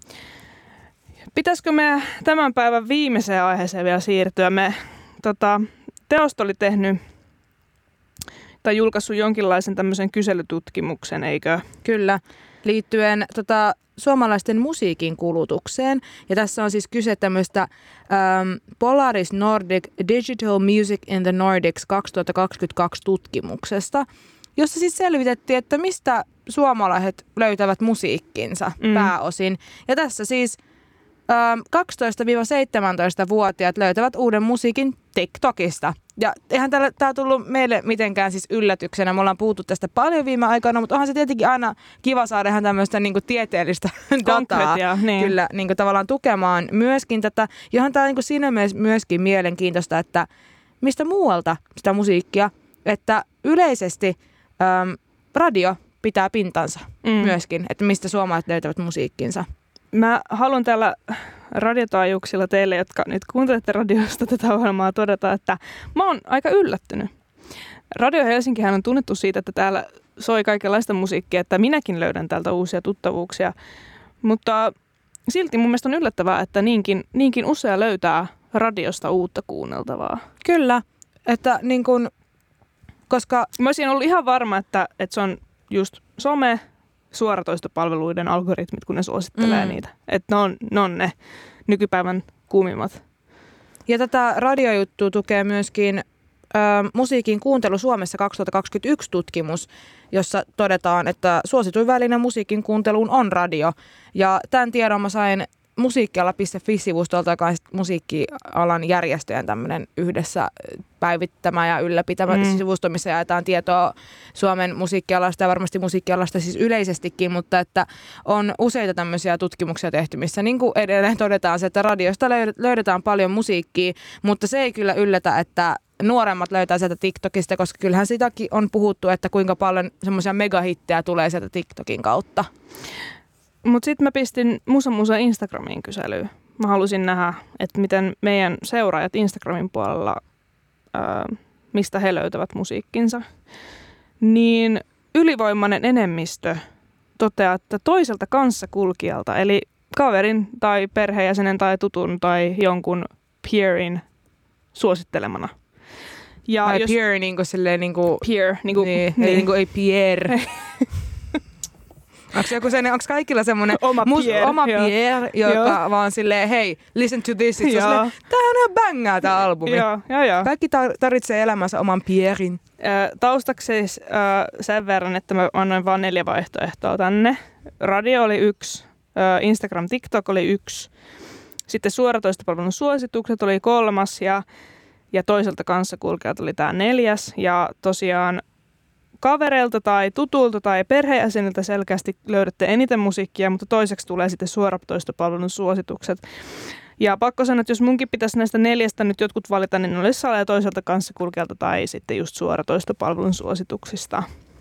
Pitäisikö me tämän päivän viimeiseen aiheeseen vielä siirtyä? Me tota, Teosto oli tehnyt tai julkaissut jonkinlaisen tämmöisen kyselytutkimuksen, eikö? Kyllä, liittyen tota, suomalaisten musiikin kulutukseen. Ja tässä on siis kyse tämmöistä ähm, Polaris Nordic Digital Music in the Nordics kaksituhattakaksikymmentäkaksi tutkimuksesta, jossa siis selvitettiin, että mistä suomalaiset löytävät musiikkinsa Mm. pääosin. Ja tässä siis ähm, kaksitoista-seitsemäntoista-vuotiaat löytävät uuden musiikin TikTokista. Ja eihän tämä tullut meille mitenkään siis yllätyksenä. Me ollaan puhuttu tästä paljon viime aikoina, mutta onhan se tietenkin aina kiva saada ihan tämmöistä niinku tieteellistä dataa Konkreettia, niin. kyllä niinku tavallaan tukemaan myöskin tätä. Johan tämä on niinku siinä mielessä myöskin mielenkiintoista, että mistä muualta sitä musiikkia, että yleisesti äm, radio pitää pintansa Mm. myöskin, että mistä suomalaiset löytävät musiikkinsa. Mä haluan täällä radiotaajuuksilla teille, jotka nyt kuuntelette radiosta tätä ohjelmaa, todeta, että mä oon aika yllättynyt. Radio Helsinkihän on tunnettu siitä, että täällä soi kaikenlaista musiikkia, että minäkin löydän täältä uusia tuttavuuksia. Mutta silti mun mielestä on yllättävää, että niinkin, niinkin usea löytää radiosta uutta kuunneltavaa. Kyllä, että niin kun, koska Mä olisin ollut ihan varma, että, että se on just some, suoratoistopalveluiden algoritmit, kun ne suosittelee Mm. niitä. Että ne on, ne on ne nykypäivän kuumimmat. ja tätä radiojuttua tukee myöskin ö, musiikin kuuntelu Suomessa kaksituhattakaksikymmentäyksi tutkimus, jossa todetaan, että suosituin väline musiikin kuunteluun on radio. Ja tämän tiedon mä sain musiikkiala piste fi-sivustolta, joka on musiikkialan järjestöjen tämmöinen yhdessä päivittämä ja ylläpitämä mm. sivusto, missä jaetaan tietoa Suomen musiikkialasta ja varmasti musiikkialasta siis yleisestikin, mutta että on useita tämmöisiä tutkimuksia tehty, missä niin kuin edelleen todetaan se, että radiosta löydetään paljon musiikkia, mutta se ei kyllä yllätä, että nuoremmat löytää sieltä TikTokista, koska kyllähän sitäkin on puhuttu, että kuinka paljon semmoisia megahittejä tulee sieltä TikTokin kautta. Mutta sitten mä pistin Musa Musa Instagramiin kyselyyn. Mä halusin nähdä, että miten meidän seuraajat Instagramin puolella, ää, mistä he löytävät musiikkinsa. Niin ylivoimainen enemmistö toteaa, että toiselta kanssakulkijalta, eli kaverin tai perheenjäsenen tai tutun tai jonkun peerin suosittelemana. Ja tai jos, peer niin kuin silleen niin kuin... Peer, niin kuin... Niin, niin. Ei, niin kuin ei Pierre. Onko joku sellainen, onko kaikilla semmoinen oma mus, Pierre, oma Pierre joka joo. vaan silleen, hei, listen to this. Sitten silleen, tää on ihan bängää tää albumi. Joo, joo, joo. Kaikki tarvitsee elämänsä oman Pierrin. Taustaksi siis äh, sen verran, että mä annoin vaan neljä vaihtoehtoa tänne. Radio oli yksi, äh, Instagram, TikTok oli yksi. Sitten suoratoistopalvelun suositukset oli kolmas ja, ja toiselta kanssakulkijat oli tää neljäs. Ja tosiaan kavereilta tai tutulta tai perheenjäseniltä selkeästi löydätte eniten musiikkia, mutta toiseksi tulee sitten suoratoistopalvelun suositukset. Ja pakko sanoa, että jos munkin pitäisi näistä neljästä nyt jotkut valita, niin ne olisi Sale toiselta kanssakulkijalta tai sitten just suoratoistopalvelun suosituksista.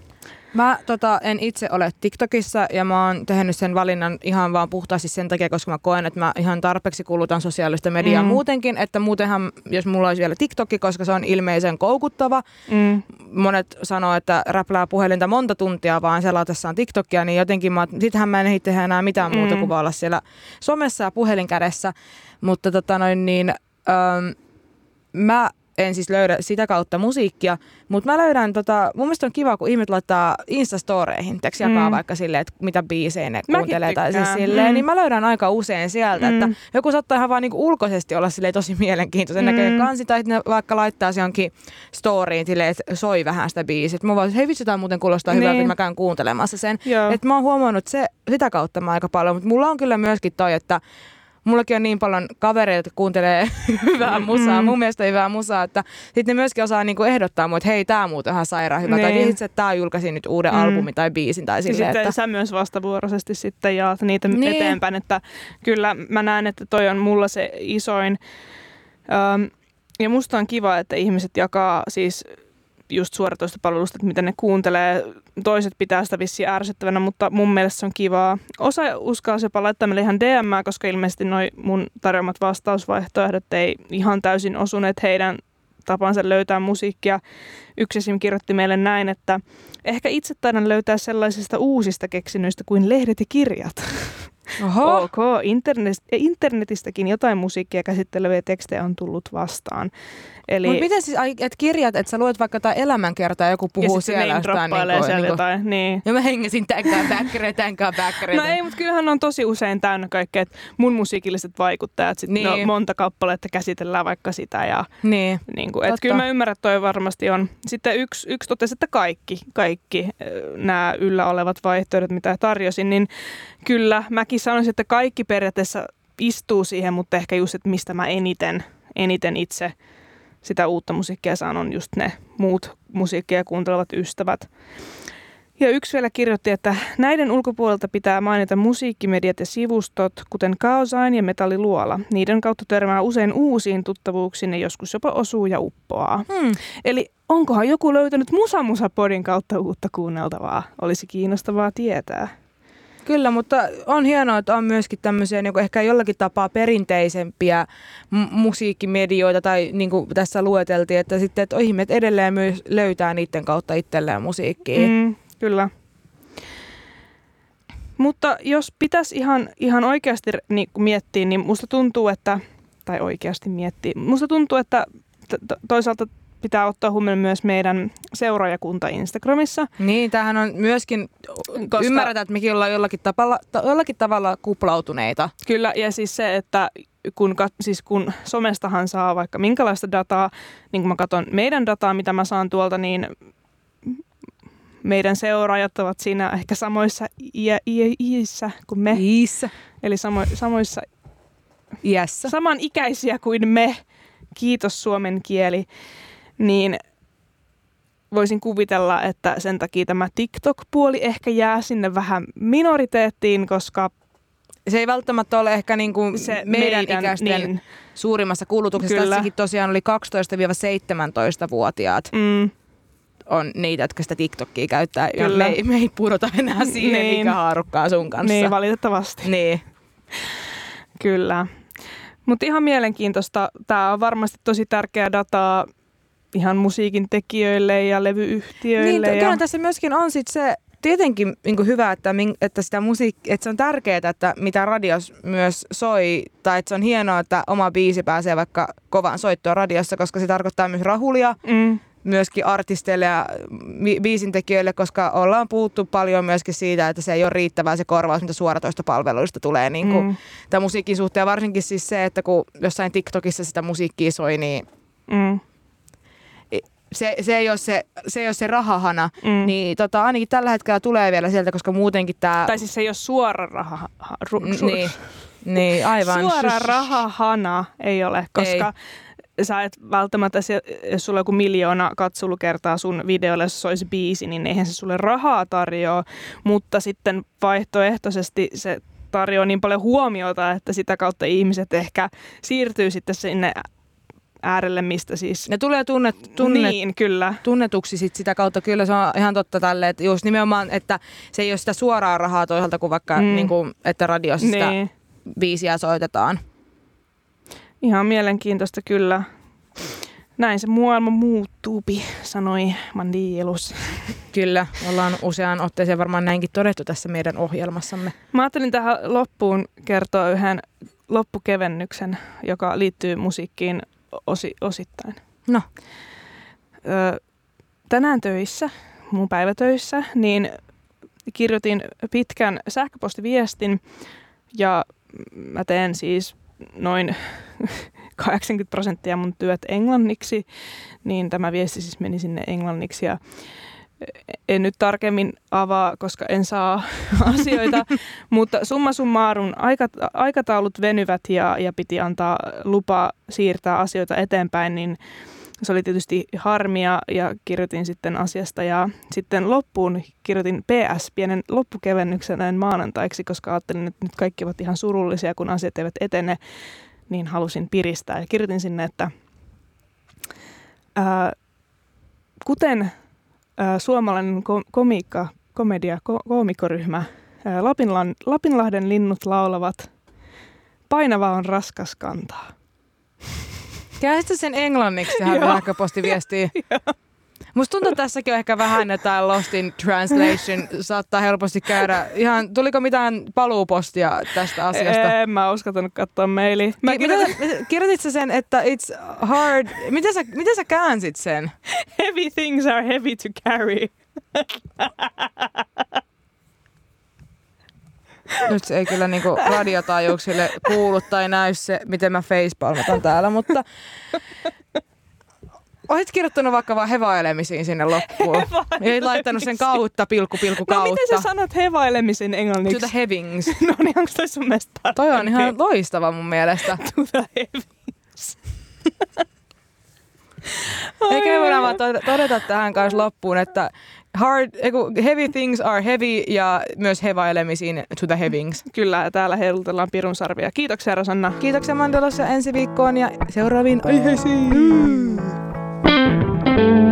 Mä tota, en itse ole TikTokissa ja mä oon tehnyt sen valinnan ihan vaan puhtaasti sen takia, koska mä koen, että mä ihan tarpeeksi kulutan sosiaalista mediaa mm. muutenkin, että muutenhan, jos mulla olisi vielä TikTokki, koska se on ilmeisen koukuttava. Mm. Monet sanoo, että räplää puhelinta monta tuntia vaan selatessaan TikTokia, niin jotenkin mä, sitähän mä en ehdi tehdä enää mitään mm. muuta kuin vaan olla siellä somessa ja puhelin kädessä. Mutta tota noin niin, ähm, mä en siis löydä sitä kautta musiikkia, mutta mä löydän, tota, mun mielestä on kiva, kun ihmiset laittaa Instastoreihin, teks jakaa mm. vaikka silleen, että mitä biisejä ne kuuntelee tai siis silleen, mm. niin mä löydän aika usein sieltä, mm. että joku saattaa ihan vaan niinku ulkoisesti olla silleen tosi mielenkiintoisen mm. näköinen kansi, tai ne vaikka laittaa se jonkin storyin silleen, että soi vähän sitä biisiä. Mä vaan, hei vitsi, tää muuten kuulostaa niin. hyvältä, että mä käyn kuuntelemassa sen. Että mä oon huomannut se, sitä kautta mä aika paljon, mutta mulla on kyllä myöskin toi, että mullakin on niin paljon kavereita, jotka kuuntelee hyvää musaa, mun mielestä hyvää musaa, että sitten ne myöskin osaa niinku ehdottaa mua, että hei, tää muuten ihan sairaan hyvä. Niin. Tai itse, että tää julkaisi nyt uuden mm. albumin tai biisin. Tai silleen, sitten että sä myös vastavuoroisesti sitten jaat niitä niin. eteenpäin, että kyllä mä näen, että toi on mulla se isoin. Öm, ja musta on kiva, että ihmiset jakaa siis just suoratoistopalvelusta, että miten ne kuuntelee. Toiset pitää sitä vissiin ärsyttävänä, mutta mun mielestä se on kivaa. Osa uskaa jopa laittaa meille ihan D M:ää, koska ilmeisesti noi mun tarjoamat vastausvaihtoehdot ei ihan täysin osuneet heidän tapansa löytää musiikkia. Yksi esim. Kirjoitti meille näin, että ehkä itse taidan löytää sellaisista uusista keksinnöistä kuin lehdet ja kirjat. Oho. Ok, Internet, internetistäkin jotain musiikkia käsitteleviä tekstejä on tullut vastaan. Eli mutta miten siis, että kirjat, että sä luet vaikka jotain elämänkertaa ja joku puhuu ja siellä jostain. Niin siellä niin jotain, niin. Ja mä hengasin tänkään bäkkäreitä, tänkään bäkkäreitä. No ei, mutta kyllähän on tosi usein täynnä kaikkea, että mun musiikilliset vaikuttajat, sit niin. no, monta kappaletta käsitellään vaikka sitä. Ja, niin, niin kuin, että kyllä mä ymmärrän, että toi varmasti on. Sitten yksi, yksi totesi, että kaikki, kaikki nämä yllä olevat vaihtoehdot, mitä tarjosin, niin kyllä mäkin sanoisin, että kaikki periaatteessa istuu siihen, mutta ehkä just, että mistä mä eniten, eniten itse sitä uutta musiikkia saan, on just ne muut musiikkia kuuntelevat ystävät. Ja yksi vielä kirjoitti, että näiden ulkopuolelta pitää mainita musiikkimediat ja sivustot, kuten Kaosain ja Metalliluola. Niiden kautta törmää usein uusiin tuttavuuksiin ja joskus jopa osuu ja uppoaa. Hmm. Eli onkohan joku löytänyt Musa Musa Podin kautta uutta kuunneltavaa? Olisi kiinnostavaa tietää. Kyllä, mutta on hienoa, että on myöskin tämmöisiä niin kuin ehkä jollakin tapaa perinteisempiä m- musiikkimedioita, tai niin kuin tässä lueteltiin, että sitten että ihmiset edelleen myös löytää niiden kautta itselleen musiikkia. Mm, kyllä. Mutta jos pitäisi ihan, ihan oikeasti niin miettiä, niin musta tuntuu, että, tai oikeasti miettiä, musta tuntuu, että to- toisaalta pitää ottaa huomioon myös meidän seuraajakunta Instagramissa. Niin, tämähän on myöskin, koska ymmärretään, että mekin ollaan jollakin tavalla, jollakin tavalla kuplautuneita. Kyllä, ja siis se, että kun, siis kun somestahan saa vaikka minkälaista dataa, niin kun mä katson meidän dataa, mitä mä saan tuolta, niin meidän seuraajat ovat siinä ehkä samoissa iissä kuin me. Iissä. Eli samo, samoissa Yes. samanikäisiä kuin me, kiitos suomen kieli, niin voisin kuvitella, että sen takia tämä TikTok-puoli ehkä jää sinne vähän minoriteettiin, koska se ei välttämättä ole ehkä niinku se meidän, meidän ikäisten niin. suurimmassa kulutuksessa. Kyllä. Tässäkin tosiaan oli kaksitoista seitsemäntoista-vuotiaat mm, on niitä, jotka sitä TikTokia käyttää. Ja Kyllä. me, ei, me ei pudota enää siihen Niin. ikähaarukkaan sun kanssa. niin, valitettavasti. Niin. Kyllä. Mutta ihan mielenkiintoista. Tämä on varmasti tosi tärkeää dataa ihan musiikin tekijöille ja levyyhtiöille. Niin, ja kyllä tässä myöskin on sit se tietenkin niin kuin hyvä, että, että, sitä musiik- että se on tärkeää, että mitä radios myös soi, tai että se on hienoa, että oma biisi pääsee vaikka kovaan soittoon radiossa, koska se tarkoittaa myös rahulia, mm, myöskin artisteille ja biisintekijöille, koska ollaan puhuttu paljon myöskin siitä, että se ei ole riittävää se korvaus, mitä suoratoistopalveluista tulee niin kuin mm, tämän musiikin suhteen. Ja varsinkin siis se, että kun jossain TikTokissa sitä musiikkia soi, niin mm, se, se, ei ole se, se ei ole se rahahana, mm. niin tota, ainakin tällä hetkellä tulee vielä sieltä, koska muutenkin tämä... Tai siis se ei ole suora raha. Ha, ru, su, niin, niin, aivan. Suora rahahana ei ole, koska ei. Sä et välttämättä, jos sulla on joku miljoona katsolukertaa sun videolle, jos se olisi biisi, niin eihän se sulle rahaa tarjoa, mutta sitten vaihtoehtoisesti se tarjoaa niin paljon huomiota, että sitä kautta ihmiset ehkä siirtyy sitten sinne äärelle, mistä siis... Ne tulee tunnet, tunnet, niin, kyllä. tunnetuksi sit sitä kautta. Kyllä se on ihan totta tälle, että just nimenomaan, että se ei ole sitä suoraa rahaa toisaalta kuin vaikka, mm. niin kuin, että radiossa sitä niin. biisiä soitetaan. Ihan mielenkiintoista kyllä. Näin se maailma muuttuu, sanoi Mandielus. Kyllä, ollaan useaan otteeseen varmaan näinkin todettu tässä meidän ohjelmassamme. Mä ajattelin tähän loppuun kertoa yhden loppukevennyksen, joka liittyy musiikkiin osi, osittain. No. Ö, tänään töissä, mun päivätöissä, niin kirjoitin pitkän sähköpostiviestin ja mä teen siis noin kahdeksankymmentä prosenttia mun työt englanniksi, niin tämä viesti siis meni sinne englanniksi ja en nyt tarkemmin avaa, koska en saa asioita, mutta summa summarum aikataulut venyvät ja, ja piti antaa lupa siirtää asioita eteenpäin, niin se oli tietysti harmia ja kirjoitin sitten asiasta ja sitten loppuun kirjoitin P S, pienen loppukevennyksen näin maanantaiksi, koska ajattelin, että nyt kaikki ovat ihan surullisia, kun asiat eivät etene, niin halusin piristää ja kirjoitin sinne, että ää, kuten ää, suomalainen ko- komiikka, komedia, ko- koomikkoryhmä ää, Lapinlan, Lapinlahden linnut laulavat, painava on raskas kantaa. Käsitkö sen englanniksi tähän sähköpostiviestiin? Musta tuntuu, että tässäkin on ehkä vähän jotain lost in translation. Saattaa helposti käydä. Ihan, tuliko mitään paluupostia tästä asiasta? En mä uskaltanut katsoa mailiä. Mä kirjoitin... Kirjoitit sä sen, että it's hard... Miten sä, miten sä käänsit sen? Heavy things are heavy to carry. Nyt se ei kyllä niinku radiotaajuuksille kuulu tai näy se, miten mä facepalmatan täällä, mutta... Olet kirjoittanut vaikka vaan hevailemisiin sinne loppuun. Ei laittanut sen kautta, pilkku, pilkku, kautta. No miten sä sanot hevailemisen englanniksi? To the heavings. No niin, onko toi sun mielestä parempi? Toi on ihan loistava mun mielestä. To the heavings. Eikä me voidaan vaan todeta tähän kanssa loppuun, että hard, heavy things are heavy ja myös hevailemisiin to the heavings. Kyllä, ja täällä heilutellaan pirun sarvia. Kiitoksia, Rosanna. Kiitoksia Mandelossa ensi viikkoon ja seuraaviin aiheisiin.